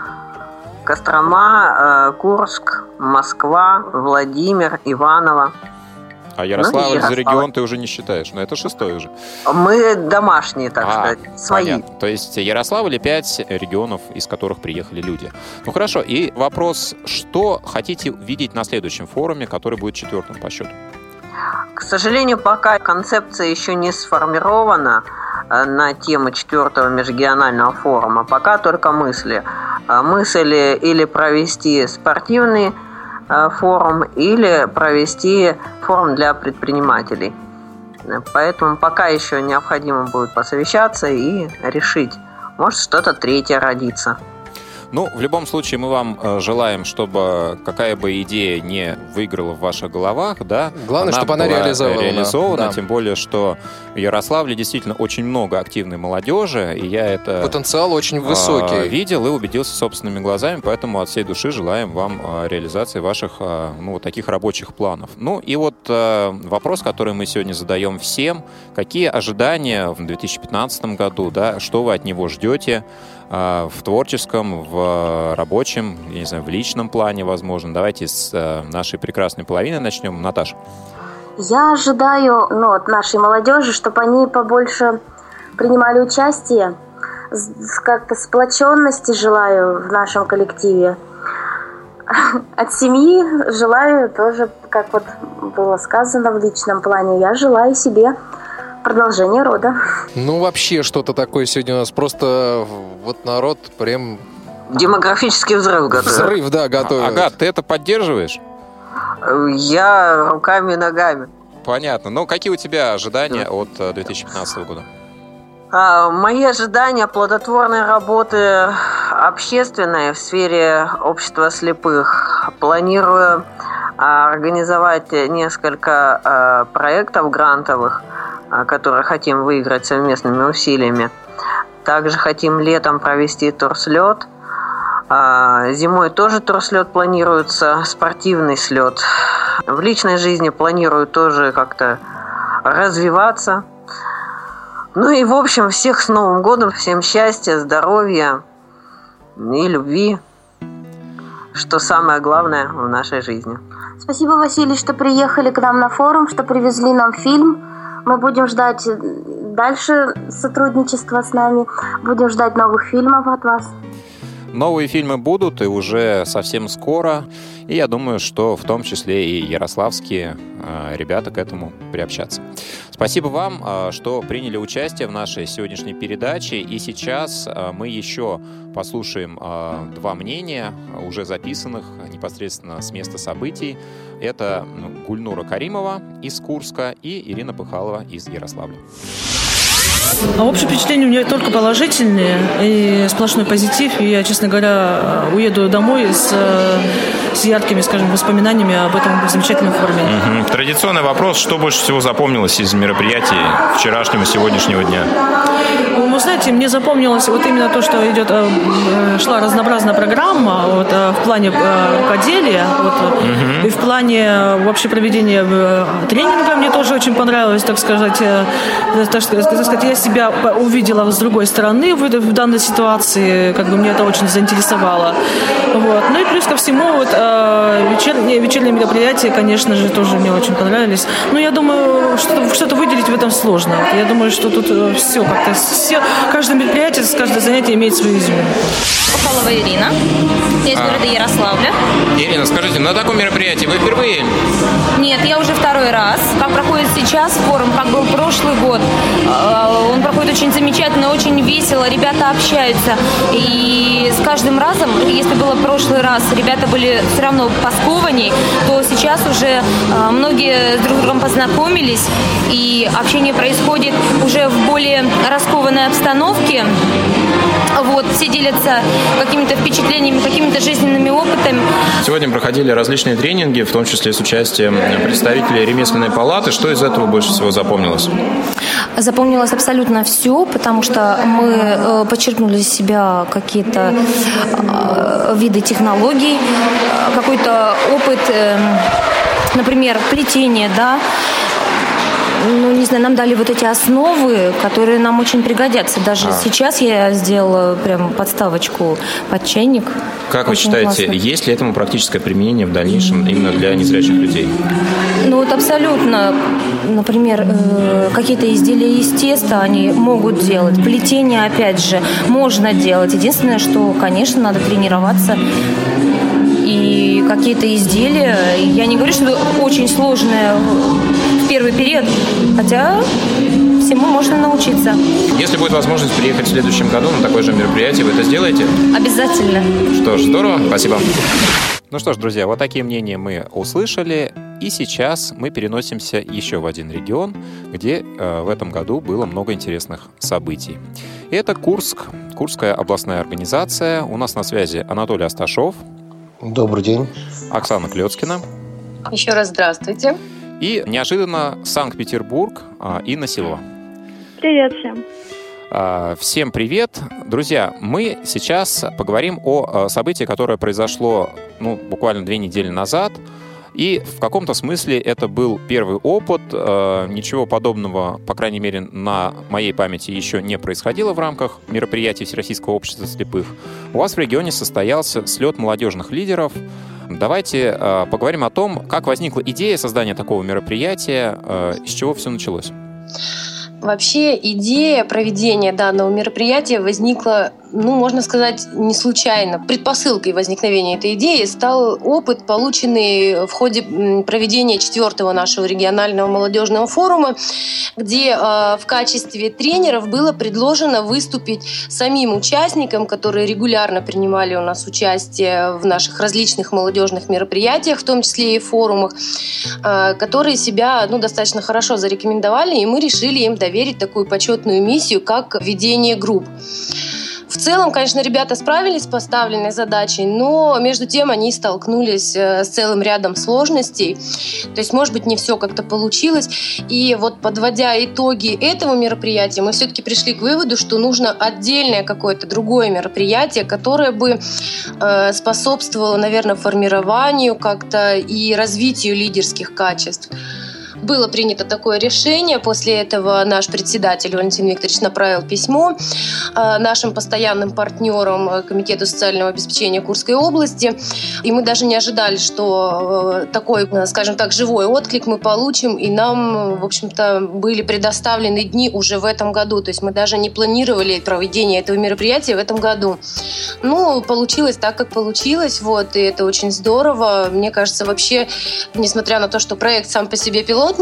Кострома, Курск, Москва, Владимир, Иваново. А Ярославль за регион ты уже не считаешь, но это 6-й уже. Мы домашние, так сказать, свои. Понятно. То есть Ярославль и 5 регионов, из которых приехали люди. Ну хорошо, и вопрос, что хотите видеть на следующем форуме, который будет 4-м по счету? К сожалению, пока концепция еще не сформирована на тему 4-го межрегионального форума. Пока только мысли. Мысли или провести спортивный форум, или провести форум для предпринимателей. Поэтому пока еще необходимо будет посовещаться и решить. Может, что-то третье родится. Ну, в любом случае, мы вам желаем, чтобы какая бы идея не выиграла в ваших головах, да, главное, чтобы она реализована. Да. Тем более, что в Ярославле действительно очень много активной молодежи, и я это потенциал очень высокий видел и убедился собственными глазами, поэтому от всей души желаем вам реализации ваших вот таких рабочих планов. Ну и вот вопрос, который мы сегодня задаем всем: какие ожидания в 2015 году, да, что вы от него ждете? В творческом, в рабочем, я не знаю, в личном плане, возможно. Давайте с нашей прекрасной половины начнем. Наташа. Я ожидаю от нашей молодежи, чтобы они побольше принимали участие. Как-то сплоченности желаю в нашем коллективе. От семьи желаю тоже, как вот было сказано в личном плане, я желаю себе продолжение рода. Ну, вообще, что-то такое сегодня у нас просто вот народ прям... Демографический взрыв готовит. Взрыв, да, готовит. Агат, ты это поддерживаешь? Я руками и ногами. Понятно. Но какие у тебя ожидания от 2015 года? Мои ожидания плодотворной работы общественной в сфере общества слепых. Планирую организовать несколько проектов грантовых, которые хотим выиграть совместными усилиями. Также хотим летом провести турслет. Зимой тоже турслет планируется, спортивный слет. В личной жизни планирую тоже как-то развиваться. Ну и в общем, всех с Новым годом, всем счастья, здоровья и любви, что самое главное в нашей жизни. Спасибо, Василий, что приехали к нам на форум, что привезли нам фильм. Мы будем ждать дальше сотрудничества с нами. Будем ждать новых фильмов от вас. Новые фильмы будут, и уже совсем скоро. И я думаю, что в том числе и ярославские ребята к этому приобщатся. Спасибо вам, что приняли участие в нашей сегодняшней передаче. И сейчас мы еще послушаем два мнения, уже записанных непосредственно с места событий. Это Гульнура Каримова из Курска и Ирина Пыхалова из Ярославля. А общее впечатление у меня только положительные и сплошной позитив. И я, честно говоря, уеду домой с яркими, скажем, воспоминаниями об этом замечательном форуме. Традиционный вопрос: что больше всего запомнилось из мероприятий вчерашнего, сегодняшнего дня? Вы знаете, мне запомнилось вот именно то, что шла разнообразная программа в плане рукоделия, и в плане вообще проведения тренинга мне тоже очень понравилось, так сказать, я себя увидела с другой стороны в данной ситуации, как бы мне это очень заинтересовало. Ну и плюс ко всему вечерние мероприятия, конечно же, тоже мне очень понравились. Но я думаю, что-то выделить в этом сложно. Я думаю, что тут все как-то каждое мероприятие, каждое занятие имеет свою изюминку. Пухалова Ирина, я из города Ярославля. Ирина, скажите, на таком мероприятии вы впервые? Нет, я уже второй раз. Как проходит сейчас форум, как был прошлый год, он проходит очень замечательно, очень весело, ребята общаются. И с каждым разом, если было в прошлый раз, ребята были все равно поскованней, то сейчас уже многие с друг другом познакомились, и общение происходит уже в более раскованной обстановке. Все делятся какими-то впечатлениями, какими-то жизненными опытами. Сегодня проходили различные тренинги, в том числе с участием представителей ремесленной палаты. Что из этого больше всего запомнилось? Запомнилось абсолютно все, потому что мы подчеркнули из себя какие-то виды технологий, какой-то опыт, например, плетения, не знаю, нам дали вот эти основы, которые нам очень пригодятся. Даже сейчас я сделала прям подставочку под чайник. Как вы считаете, классно. Есть ли этому практическое применение в дальнейшем именно для незрячих людей? Абсолютно. Например, какие-то изделия из теста они могут делать. Плетение, опять же, можно делать. Единственное, что, конечно, надо тренироваться. И какие-то изделия, я не говорю, что это очень сложное в первый период, хотя всему можно научиться. Если будет возможность приехать в следующем году на такое же мероприятие, вы это сделаете? Обязательно. Что ж, здорово, спасибо. Ну что ж, друзья, вот такие мнения мы услышали. И сейчас мы переносимся еще в один регион, где в этом году было много интересных событий. И это Курск, Курская областная организация. У нас на связи Анатолий Асташов. Добрый день. Оксана Клёцкина. Еще раз здравствуйте. И неожиданно Санкт-Петербург, Инна Силова. Привет всем. Всем привет. Друзья, мы сейчас поговорим о событии, которое произошло буквально 2 недели назад. И в каком-то смысле это был первый опыт. Ничего подобного, по крайней мере, на моей памяти еще не происходило в рамках мероприятий Всероссийского общества слепых. У вас в регионе состоялся слет молодежных лидеров. Давайте поговорим о том, как возникла идея создания такого мероприятия, с чего все началось. Вообще идея проведения данного мероприятия возникла, можно сказать, не случайно. Предпосылкой возникновения этой идеи стал опыт, полученный в ходе проведения 4-го нашего регионального молодежного форума, где в качестве тренеров было предложено выступить самим участникам, которые регулярно принимали у нас участие в наших различных молодежных мероприятиях, в том числе и форумах, которые себя достаточно хорошо зарекомендовали, и мы решили им доверить такую почетную миссию, как ведение групп. В целом, конечно, ребята справились с поставленной задачей, но между тем они столкнулись с целым рядом сложностей. То есть, может быть, не все как-то получилось. И подводя итоги этого мероприятия, мы все-таки пришли к выводу, что нужно отдельное какое-то другое мероприятие, которое бы способствовало, наверное, формированию как-то и развитию лидерских качеств. Было принято такое решение. После этого наш председатель Валентин Викторович направил письмо нашим постоянным партнерам Комитету социального обеспечения Курской области. И мы даже не ожидали, что такой, скажем так, живой отклик мы получим. И нам, в общем-то, были предоставлены дни уже в этом году. То есть мы даже не планировали проведение этого мероприятия в этом году. Получилось так, как получилось. И это очень здорово. Мне кажется, вообще, несмотря на то, что проект сам по себе пилотный,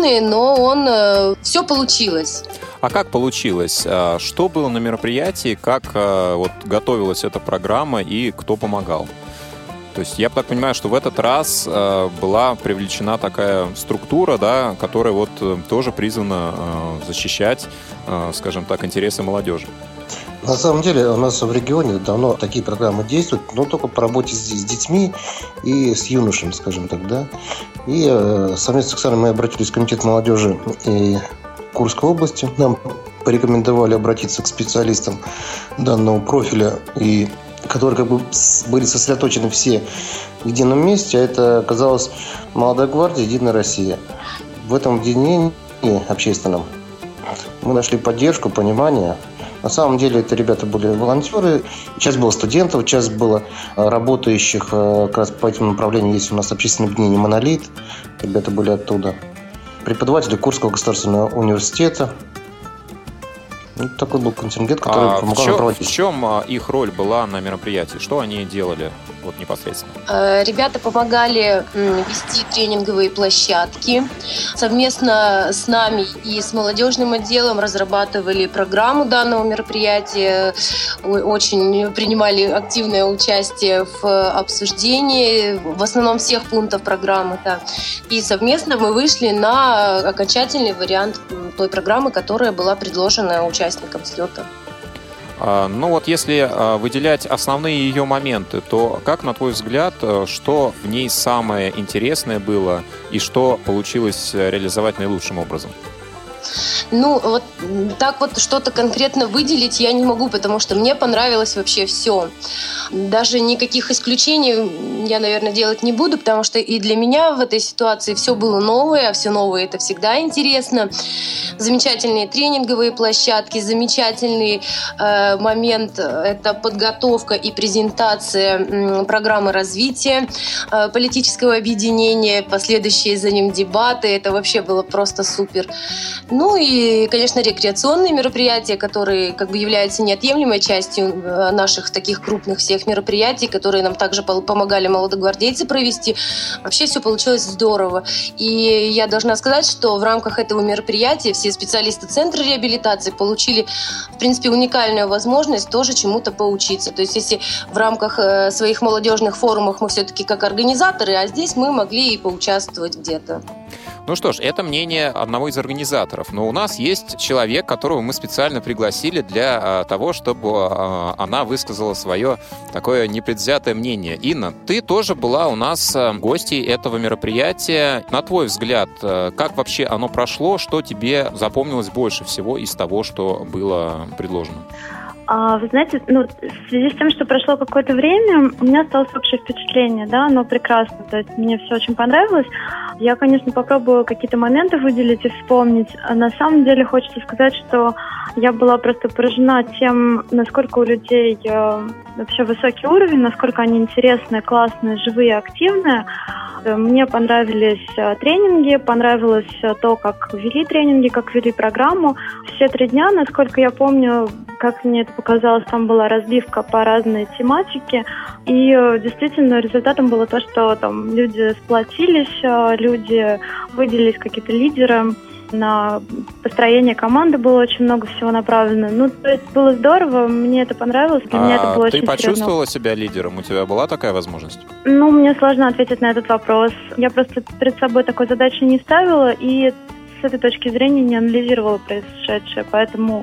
но все получилось. А как получилось? Что было на мероприятии? Как готовилась эта программа и кто помогал? То есть я так понимаю, что в этот раз была привлечена такая структура, да, которая вот тоже призвана защищать, скажем так, интересы молодежи. На самом деле у нас в регионе давно такие программы действуют, но только по работе с детьми и с юношами, скажем так, да. И совместно с Оксаной мы обратились в комитет молодежи и Курской области. Нам порекомендовали обратиться к специалистам данного профиля, и которые как бы были сосредоточены все в едином месте. А это оказалась Молодая гвардия «Единая Россия». В этом объединении общественном мы нашли поддержку, понимание. На самом деле это ребята были волонтеры, часть была студентов, часть была работающих как раз по этому направлению. Есть у нас общественное объединение «Монолит», ребята были оттуда. Преподаватели Курского государственного университета. Вот такой был контингент, который помогал нам проводить. В чем их роль была на мероприятии? Что они делали вот непосредственно? Ребята помогали вести тренинговые площадки. Совместно с нами и с молодежным отделом разрабатывали программу данного мероприятия. Очень принимали активное участие в обсуждении, в основном всех пунктов программы. Да. И совместно мы вышли на окончательный вариант той программы, которая была предложена участникам слета. Ну вот если выделять основные ее моменты, то как, на твой взгляд, что в ней самое интересное было и что получилось реализовать наилучшим образом? Ну, вот так вот что-то конкретно выделить я не могу, потому что мне понравилось вообще все. Даже никаких исключений я, наверное, делать не буду, потому что и для меня в этой ситуации все было новое, а все новое — это всегда интересно. Замечательные тренинговые площадки, замечательный момент — это подготовка и презентация программы развития политического объединения, последующие за ним дебаты. Это вообще было просто супер. Ну и, конечно, рекреационные мероприятия, которые как бы являются неотъемлемой частью наших таких крупных всех мероприятий, которые нам также помогали молодогвардейцы провести. Вообще все получилось здорово. И я должна сказать, что в рамках этого мероприятия все специалисты Центра реабилитации получили, в принципе, уникальную возможность тоже чему-то поучиться. То есть если в рамках своих молодежных форумов мы все-таки как организаторы, а здесь мы могли и поучаствовать где-то. Ну что ж, это мнение одного из организаторов. Но у нас есть человек, которого мы специально пригласили для того, чтобы она высказала свое такое непредвзятое мнение. Инна, ты тоже была у нас гостьей этого мероприятия. На твой взгляд, как вообще оно прошло? Что тебе запомнилось больше всего из того, что было предложено? Вы знаете, в связи с тем, что прошло какое-то время, у меня осталось общее впечатление, да, оно прекрасно, то есть мне все очень понравилось. Я, конечно, попробую какие-то моменты выделить и вспомнить. На самом деле хочется сказать, что я была просто поражена тем, насколько у людей вообще высокий уровень, насколько они интересные, классные, живые, активные. Мне понравились тренинги, понравилось то, как вели тренинги, как вели программу. Все 3 дня, насколько я помню, как мне это показалось, там была разбивка по разной тематике. И действительно результатом было то, что там люди сплотились, люди выделились какие-то лидеры. На построение команды было очень много всего направлено. Ну, то есть было здорово, мне это понравилось, для меня это было очень серьезно. Ты почувствовала себя лидером? У тебя была такая возможность? Ну, мне сложно ответить на этот вопрос. Я просто перед собой такой задачи не ставила и с этой точки зрения не анализировала происшедшее, поэтому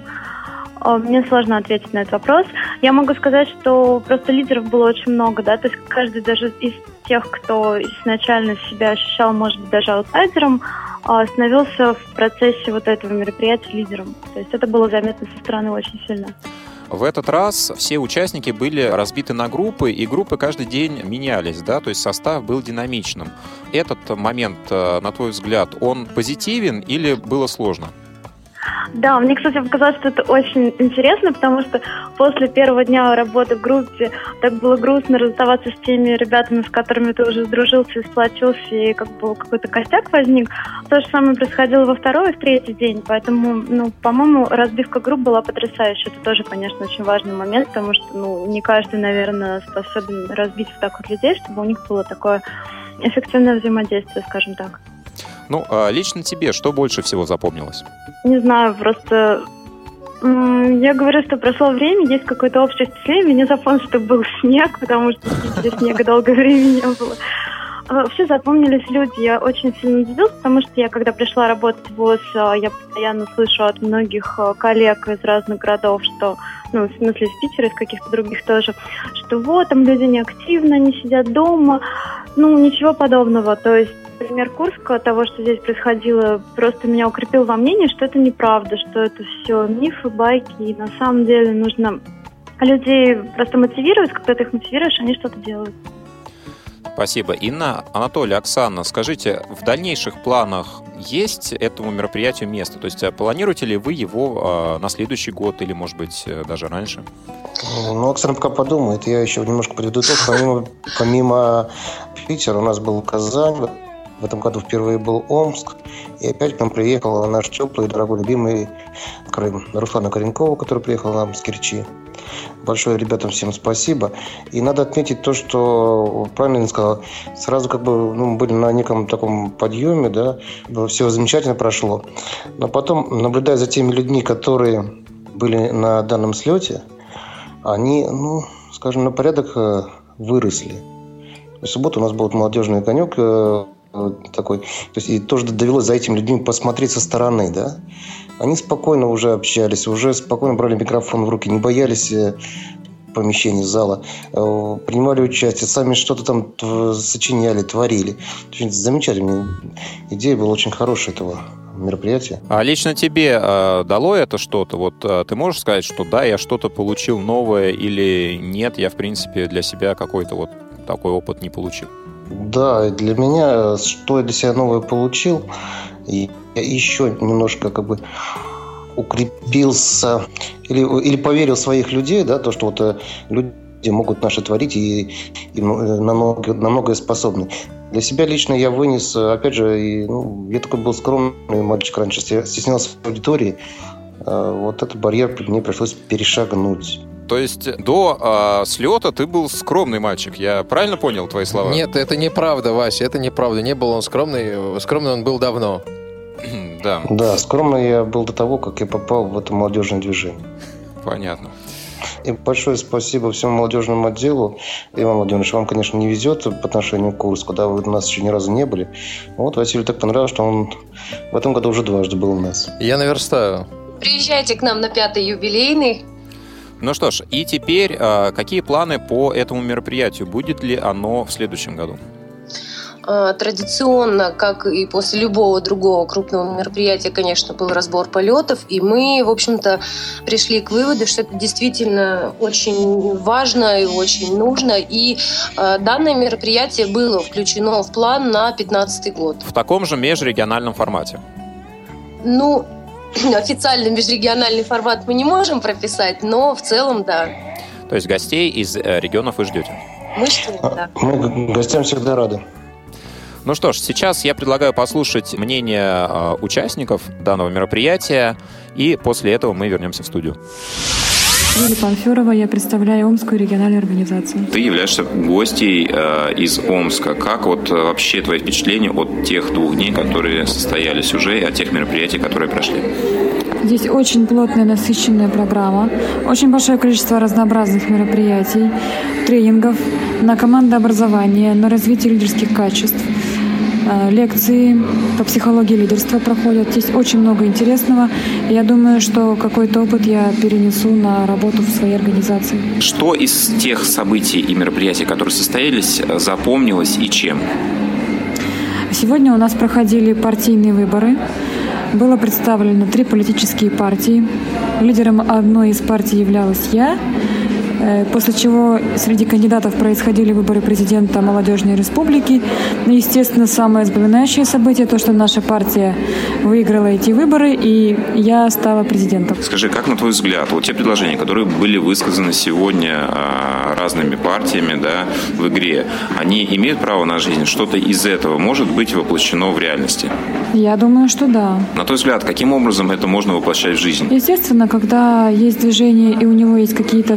мне сложно ответить на этот вопрос. Я могу сказать, что просто лидеров было очень много, да, то есть каждый даже из тех, кто изначально себя ощущал, может быть, даже аутсайдером, становился в процессе вот этого мероприятия лидером. То есть это было заметно со стороны очень сильно. В этот раз все участники были разбиты на группы, и группы каждый день менялись, да, то есть состав был динамичным. Этот момент, на твой взгляд, он позитивен или было сложно? Да, мне, кстати, показалось, что это очень интересно, потому что после первого дня работы в группе так было грустно расставаться с теми ребятами, с которыми ты уже сдружился и сплотился, и как бы какой-то костяк возник. То же самое происходило во 2-й и в 3-й день, поэтому, по-моему, разбивка групп была потрясающая. Это тоже, конечно, очень важный момент, потому что, не каждый, наверное, способен разбить вот так вот людей, чтобы у них было такое эффективное взаимодействие, скажем так. Ну, лично тебе что больше всего запомнилось? Не знаю, просто Я говорю, что прошло время, есть какое-то общее впечатление. Мне запомнилось, что был снег, потому что здесь снега долгое время не было. Вообще запомнились люди. Я очень сильно удивилась, потому что я, когда пришла работать в ВУЗ, я постоянно слышу от многих коллег из разных городов, что, в смысле из Питера, из каких-то других тоже, что вот, там люди неактивны, они сидят дома. Ничего подобного. То есть пример Курска, того, что здесь происходило, просто меня укрепил во мнении, что это неправда, что это все мифы, байки, и на самом деле нужно людей просто мотивировать, когда ты их мотивируешь, они что-то делают. Спасибо. Инна, Анатолий, Оксана, скажите, в дальнейших планах есть этому мероприятию место? То есть планируете ли вы его на следующий год или, может быть, даже раньше? Оксана пока подумает. Я еще немножко приведу итог. Помимо Питера у нас был Казань, в этом году впервые был Омск. И опять к нам приехал наш теплый, дорогой, любимый Крым. Руслана Коренкова, который приехал нам с Керчи. Большое ребятам всем спасибо. И надо отметить то, что, правильно я сказал, сразу мы были на неком таком подъеме, да, все замечательно прошло. Но потом, наблюдая за теми людьми, которые были на данном слете, они, на порядок выросли. В субботу у нас был молодежный конек такой. То есть и тоже довелось за этими людьми посмотреть со стороны, да. Они спокойно уже общались, уже спокойно брали микрофон в руки, не боялись помещений, зала, принимали участие, сами что-то там сочиняли, творили. Очень замечательная идея была, очень хорошая этого мероприятия. А лично тебе дало это что-то? Вот ты можешь сказать, что да, я что-то получил новое, или нет, я в принципе для себя какой-то вот такой опыт не получил? Да, для меня, что я для себя новое получил, и я еще немножко укрепился или поверил в своих людей, да, то, что вот люди могут наши творить и на многое способны. Для себя лично я вынес, опять же, я такой был скромный мальчик раньше, стеснялся аудитории. Вот этот барьер мне пришлось перешагнуть. То есть до слета ты был скромный мальчик. Я правильно понял твои слова? Нет, это неправда, Вася, это неправда. Не был он скромный. Скромный он был давно. Да. Да, скромный я был до того, как я попал в это молодежное движение. Понятно. И большое спасибо всему молодежному отделу. Иван Владимирович, вам, конечно, не везет по отношению к Курску, да, вы у нас еще ни разу не были. Вот Василию так понравилось, что он в этом году уже дважды был у нас. Я наверстаю. Приезжайте к нам на 5-й юбилейный. Ну что ж, и теперь какие планы по этому мероприятию? Будет ли оно в следующем году? Традиционно, как и после любого другого крупного мероприятия, конечно, был разбор полетов, и мы, в общем-то, пришли к выводу, что это действительно очень важно и очень нужно, и данное мероприятие было включено в план на 2015 год. В таком же межрегиональном формате? Официально межрегиональный формат мы не можем прописать, но в целом, да. То есть гостей из регионов вы ждете? Мы ждем, да. Мы гостям всегда рады. Ну что ж, сейчас я предлагаю послушать мнение участников данного мероприятия, и после этого мы вернемся в студию. Юлия Панферова, я представляю Омскую региональную организацию. Ты являешься гостьей из Омска. Как вот вообще твои впечатления от тех 2 дней, которые состоялись уже, и от тех мероприятий, которые прошли? Здесь очень плотная, насыщенная программа, очень большое количество разнообразных мероприятий, тренингов на командообразование, на развитие лидерских качеств. Лекции по психологии лидерства проходят. Здесь очень много интересного. Я думаю, что какой-то опыт я перенесу на работу в своей организации. Что из тех событий и мероприятий, которые состоялись, запомнилось и чем? Сегодня у нас проходили партийные выборы. Было представлено 3 политические партии. Лидером одной из партий являлась я. После чего среди кандидатов происходили выборы президента Молодежной Республики. Естественно, самое запоминающее событие то, что наша партия выиграла эти выборы, и я стала президентом. Скажи, как на твой взгляд, вот те предложения, которые были высказаны сегодня разными партиями, да, в игре, они имеют право на жизнь? Что-то из этого может быть воплощено в реальности? Я думаю, что да. На твой взгляд, каким образом это можно воплощать в жизнь? Естественно, когда есть движение и у него есть какие-то цели,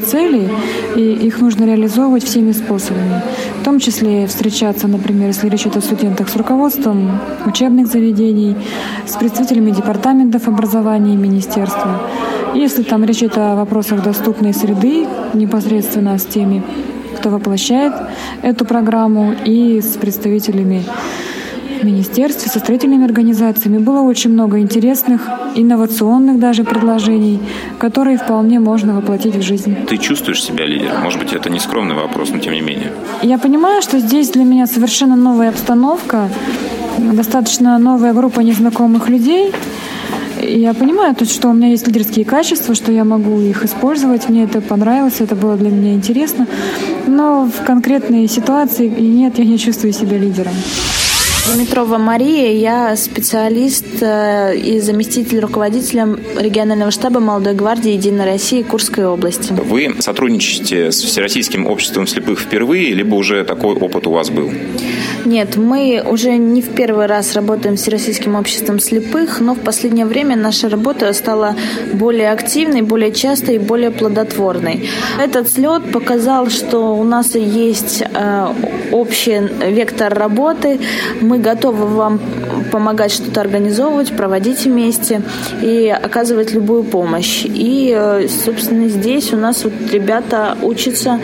и их нужно реализовывать всеми способами. В том числе встречаться, например, если речь идет о студентах, с руководством учебных заведений, с представителями департаментов образования и министерства. И если там речь идет о вопросах доступной среды, непосредственно с теми, кто воплощает эту программу, и с представителями министерств, со строительными организациями. Было очень много интересных, инновационных даже предложений, которые вполне можно воплотить в жизнь. Ты чувствуешь себя лидером? Может быть, это не скромный вопрос, но тем не менее. Я понимаю, что здесь для меня совершенно новая обстановка, достаточно новая группа незнакомых людей. Я понимаю, что у меня есть лидерские качества, что я могу их использовать. Мне это понравилось, это было для меня интересно. Но в конкретной ситуации нет, я не чувствую себя лидером. Димитрова Мария, я специалист и заместитель руководителя регионального штаба Молодой гвардии Единой России Курской области. Вы сотрудничаете с Всероссийским обществом слепых впервые, либо уже такой опыт у вас был? Нет, мы уже не в первый раз работаем с Всероссийским обществом слепых, но в последнее время наша работа стала более активной, более частой и более плодотворной. Этот слет показал, что у нас есть общий вектор работы. Мы готовы вам помогать что-то организовывать, проводить вместе и оказывать любую помощь. И, собственно, здесь у нас вот ребята учатся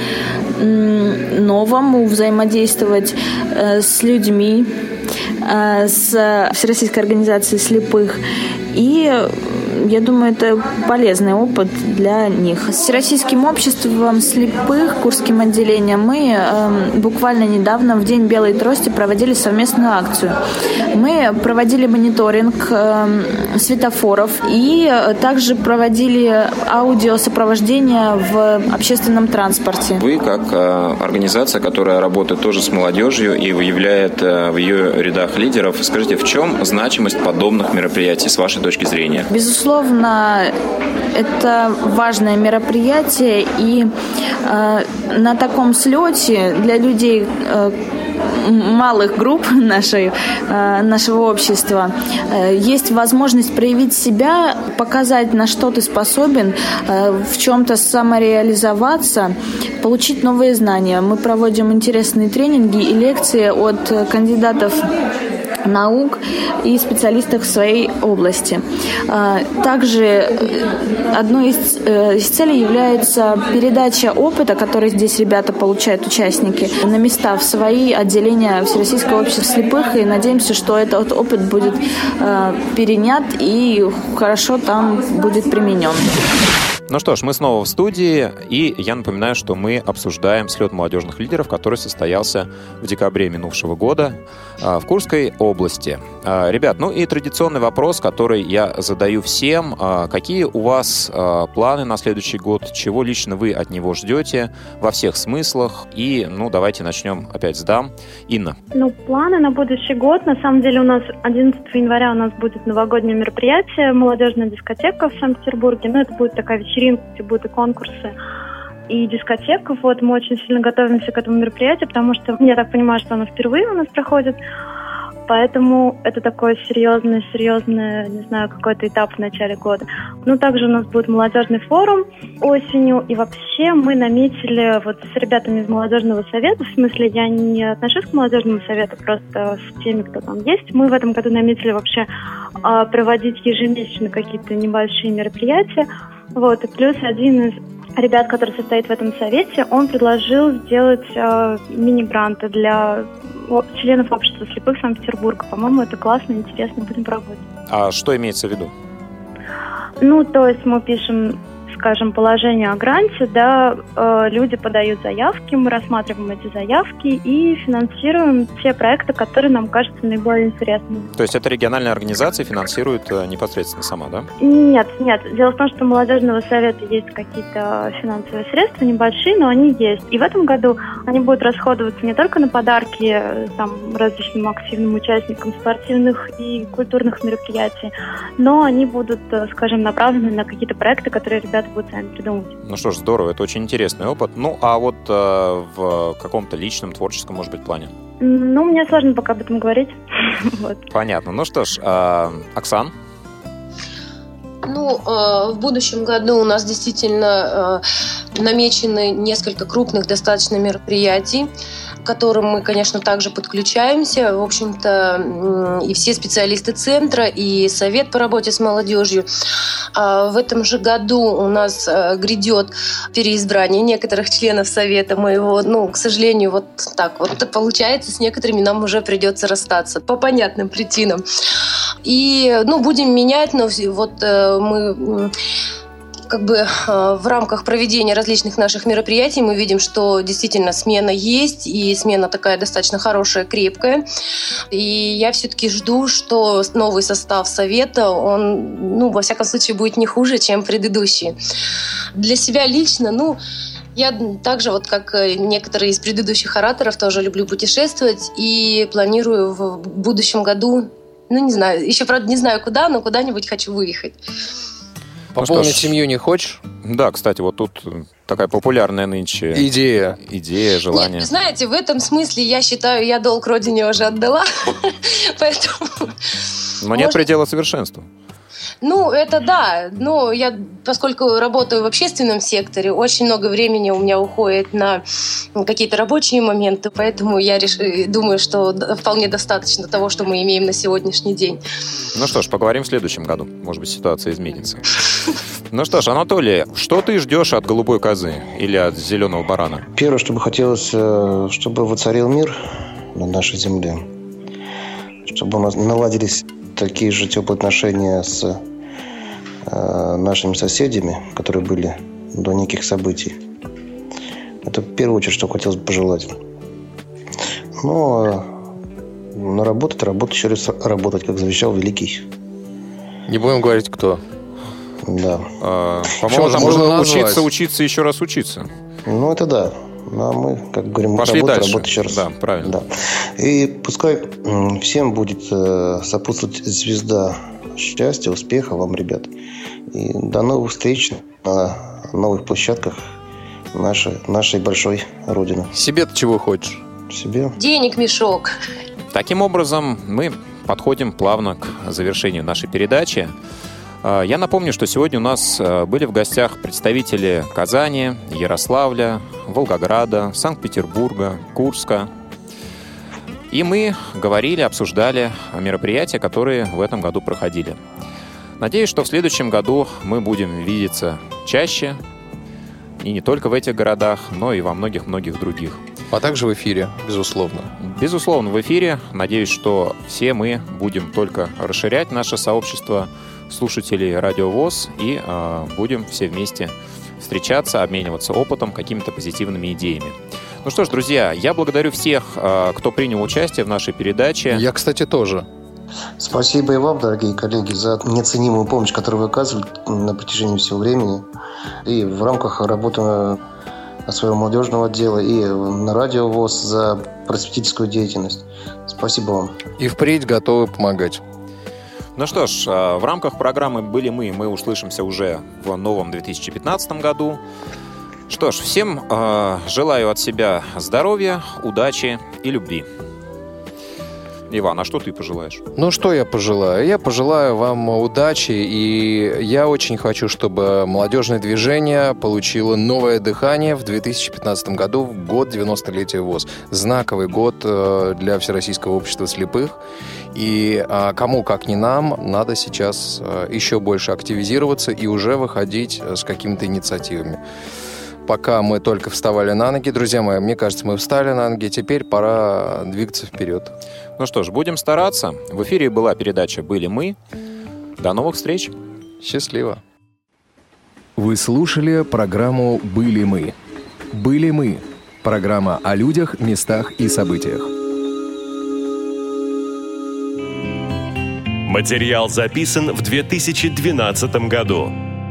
новому взаимодействовать с людьми, с Всероссийской организацией слепых. И я думаю, это полезный опыт для них. С Всероссийским обществом слепых, Курским отделением, мы буквально недавно, в День белой трости, проводили совместную акцию. Мы проводили мониторинг светофоров и также проводили аудиосопровождение в общественном транспорте. Вы, как организация, которая работает тоже с молодежью и выявляет в ее рядах лидеров, скажите, в чем значимость подобных мероприятий с вашей точки зрения? Безусловно, это важное мероприятие, и на таком слете для людей малых групп нашего общества есть возможность проявить себя, показать, на что ты способен, в чем-то самореализоваться, получить новые знания. Мы проводим интересные тренинги и лекции от кандидатов наук и специалистов в своей области. Также одной из целей является передача опыта, который здесь ребята получают, участники, на места в свои отделения Всероссийского общества слепых, и надеемся, что этот опыт будет перенят и хорошо там будет применен. Ну что ж, мы снова в студии, и я напоминаю, что мы обсуждаем слет молодежных лидеров, который состоялся в декабре минувшего года в Курской области. Ребят, ну и традиционный вопрос, который я задаю всем. Какие у вас планы на следующий год? Чего лично вы от него ждете во всех смыслах? И, давайте начнем опять с дам. Инна. Планы на будущий год. На самом деле у нас 11 января у нас будет новогоднее мероприятие, молодежная дискотека в Санкт-Петербурге. Это будет такая вечеринка, где будут и конкурсы, и дискотека. Мы очень сильно готовимся к этому мероприятию, потому что, я так понимаю, что оно впервые у нас проходит. Поэтому это такой серьезный, не знаю, какой-то этап в начале года. Также у нас будет молодежный форум осенью. И вообще мы наметили с ребятами из молодежного совета, в смысле я не отношусь к молодежному совету, просто с теми, кто там есть. Мы в этом году наметили вообще проводить ежемесячно какие-то небольшие мероприятия. И плюс один из ребят, который состоит в этом совете, он предложил сделать мини-гранты для членов общества слепых Санкт-Петербурга. По-моему, это классно, интересно, будем пробовать. А что имеется в виду? То есть мы пишем, скажем, положение о гранте, люди подают заявки, мы рассматриваем эти заявки и финансируем те проекты, которые нам кажутся наиболее интересными. То есть эта региональная организация финансирует непосредственно сама, да? Нет. Дело в том, что у молодежного совета есть какие-то финансовые средства небольшие, но они есть. И в этом году они будут расходоваться не только на подарки различным активным участникам спортивных и культурных мероприятий, но они будут, скажем, направлены на какие-то проекты, которые ребята будут сами придумывать. Ну что ж, здорово, это очень интересный опыт. А в каком-то личном, творческом, может быть, плане? Мне сложно пока об этом говорить. Понятно. Ну что ж, Оксан? В будущем году у нас действительно намечены несколько крупных достаточно мероприятий, к которым мы, конечно, также подключаемся. В общем-то, и все специалисты центра, и Совет по работе с молодежью. В этом же году у нас грядет переизбрание некоторых членов Совета моего. К сожалению, вот так вот получается. С некоторыми нам уже придется расстаться по понятным причинам. И, будем менять, но вот мы в рамках проведения различных наших мероприятий мы видим, что действительно смена есть, и смена такая достаточно хорошая, крепкая. И я все-таки жду, что новый состав Совета, он, во всяком случае, будет не хуже, чем предыдущий. Для себя лично, я также, как некоторые из предыдущих ораторов, тоже люблю путешествовать и планирую в будущем году, не знаю, еще, правда, не знаю куда, но куда-нибудь хочу выехать. Пополнить семью не хочешь? Да, кстати, вот тут такая популярная нынче идея, желание. Нет, знаете, в этом смысле я считаю, я долг родине уже отдала, поэтому... Но нет предела совершенству. Это да, но я, поскольку работаю в общественном секторе, очень много времени у меня уходит на какие-то рабочие моменты, поэтому я думаю, что вполне достаточно того, что мы имеем на сегодняшний день. Что ж, поговорим в следующем году. Может быть, ситуация изменится. Что ж, Анатолий, что ты ждешь от голубой козы или от зеленого барана? Первое, что бы хотелось, чтобы воцарил мир на нашей земле, чтобы у нас наладились такие же теплые отношения с нашими соседями, которые были до неких событий. Это в первую очередь, что хотелось бы пожелать. Работать, еще раз работать, как завещал великий. Не будем говорить, кто. Да. По-моему, там можно учиться, еще раз учиться. Это да. А мы, как говорим, пошли дальше. Работать еще раз. Да, правильно. Да. И пускай всем будет сопутствовать звезда счастья, успеха вам, ребят. И до новых встреч на новых площадках нашей большой Родины. Себе-то чего хочешь? Себе? Денег мешок. Таким образом, мы подходим плавно к завершению нашей передачи. Я напомню, что сегодня у нас были в гостях представители Казани, Ярославля, Волгограда, Санкт-Петербурга, Курска. И мы говорили, обсуждали мероприятия, которые в этом году проходили. Надеюсь, что в следующем году мы будем видеться чаще. И не только в этих городах, но и во многих-многих других. А также в эфире, безусловно. Безусловно, в эфире. Надеюсь, что все мы будем только расширять наше сообщество слушателей Радио ВОС и будем все вместе встречаться, обмениваться опытом, какими-то позитивными идеями. Что ж, друзья, я благодарю всех, кто принял участие в нашей передаче. Я, кстати, тоже. Спасибо и вам, дорогие коллеги, за неоценимую помощь, которую вы оказывали на протяжении всего времени. И в рамках работы своего молодежного отдела, и на Радио ВОС за просветительскую деятельность. Спасибо вам. И впредь готовы помогать. Что ж, в рамках программы «Были мы» услышимся уже в новом 2015 году. Что ж, всем желаю от себя здоровья, удачи и любви. Иван, а что ты пожелаешь? Что я пожелаю? Я пожелаю вам удачи, и я очень хочу, чтобы молодежное движение получило новое дыхание в 2015 году, в год 90-летия ВОС. Знаковый год для Всероссийского общества слепых. И кому, как не нам, надо сейчас еще больше активизироваться и уже выходить с какими-то инициативами. Пока мы только вставали на ноги, друзья мои, мне кажется, мы встали на ноги, теперь пора двигаться вперед. Что ж, будем стараться. В эфире была передача «Были мы». До новых встреч. Счастливо. Вы слушали программу «Были мы». «Были мы» – программа о людях, местах и событиях. Материал записан в 2012 году.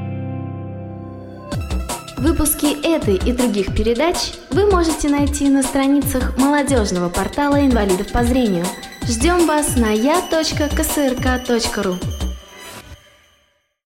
Выпуски этой и других передач вы можете найти на страницах молодежного портала инвалидов по зрению. Ждем вас на я.ксрк.ру.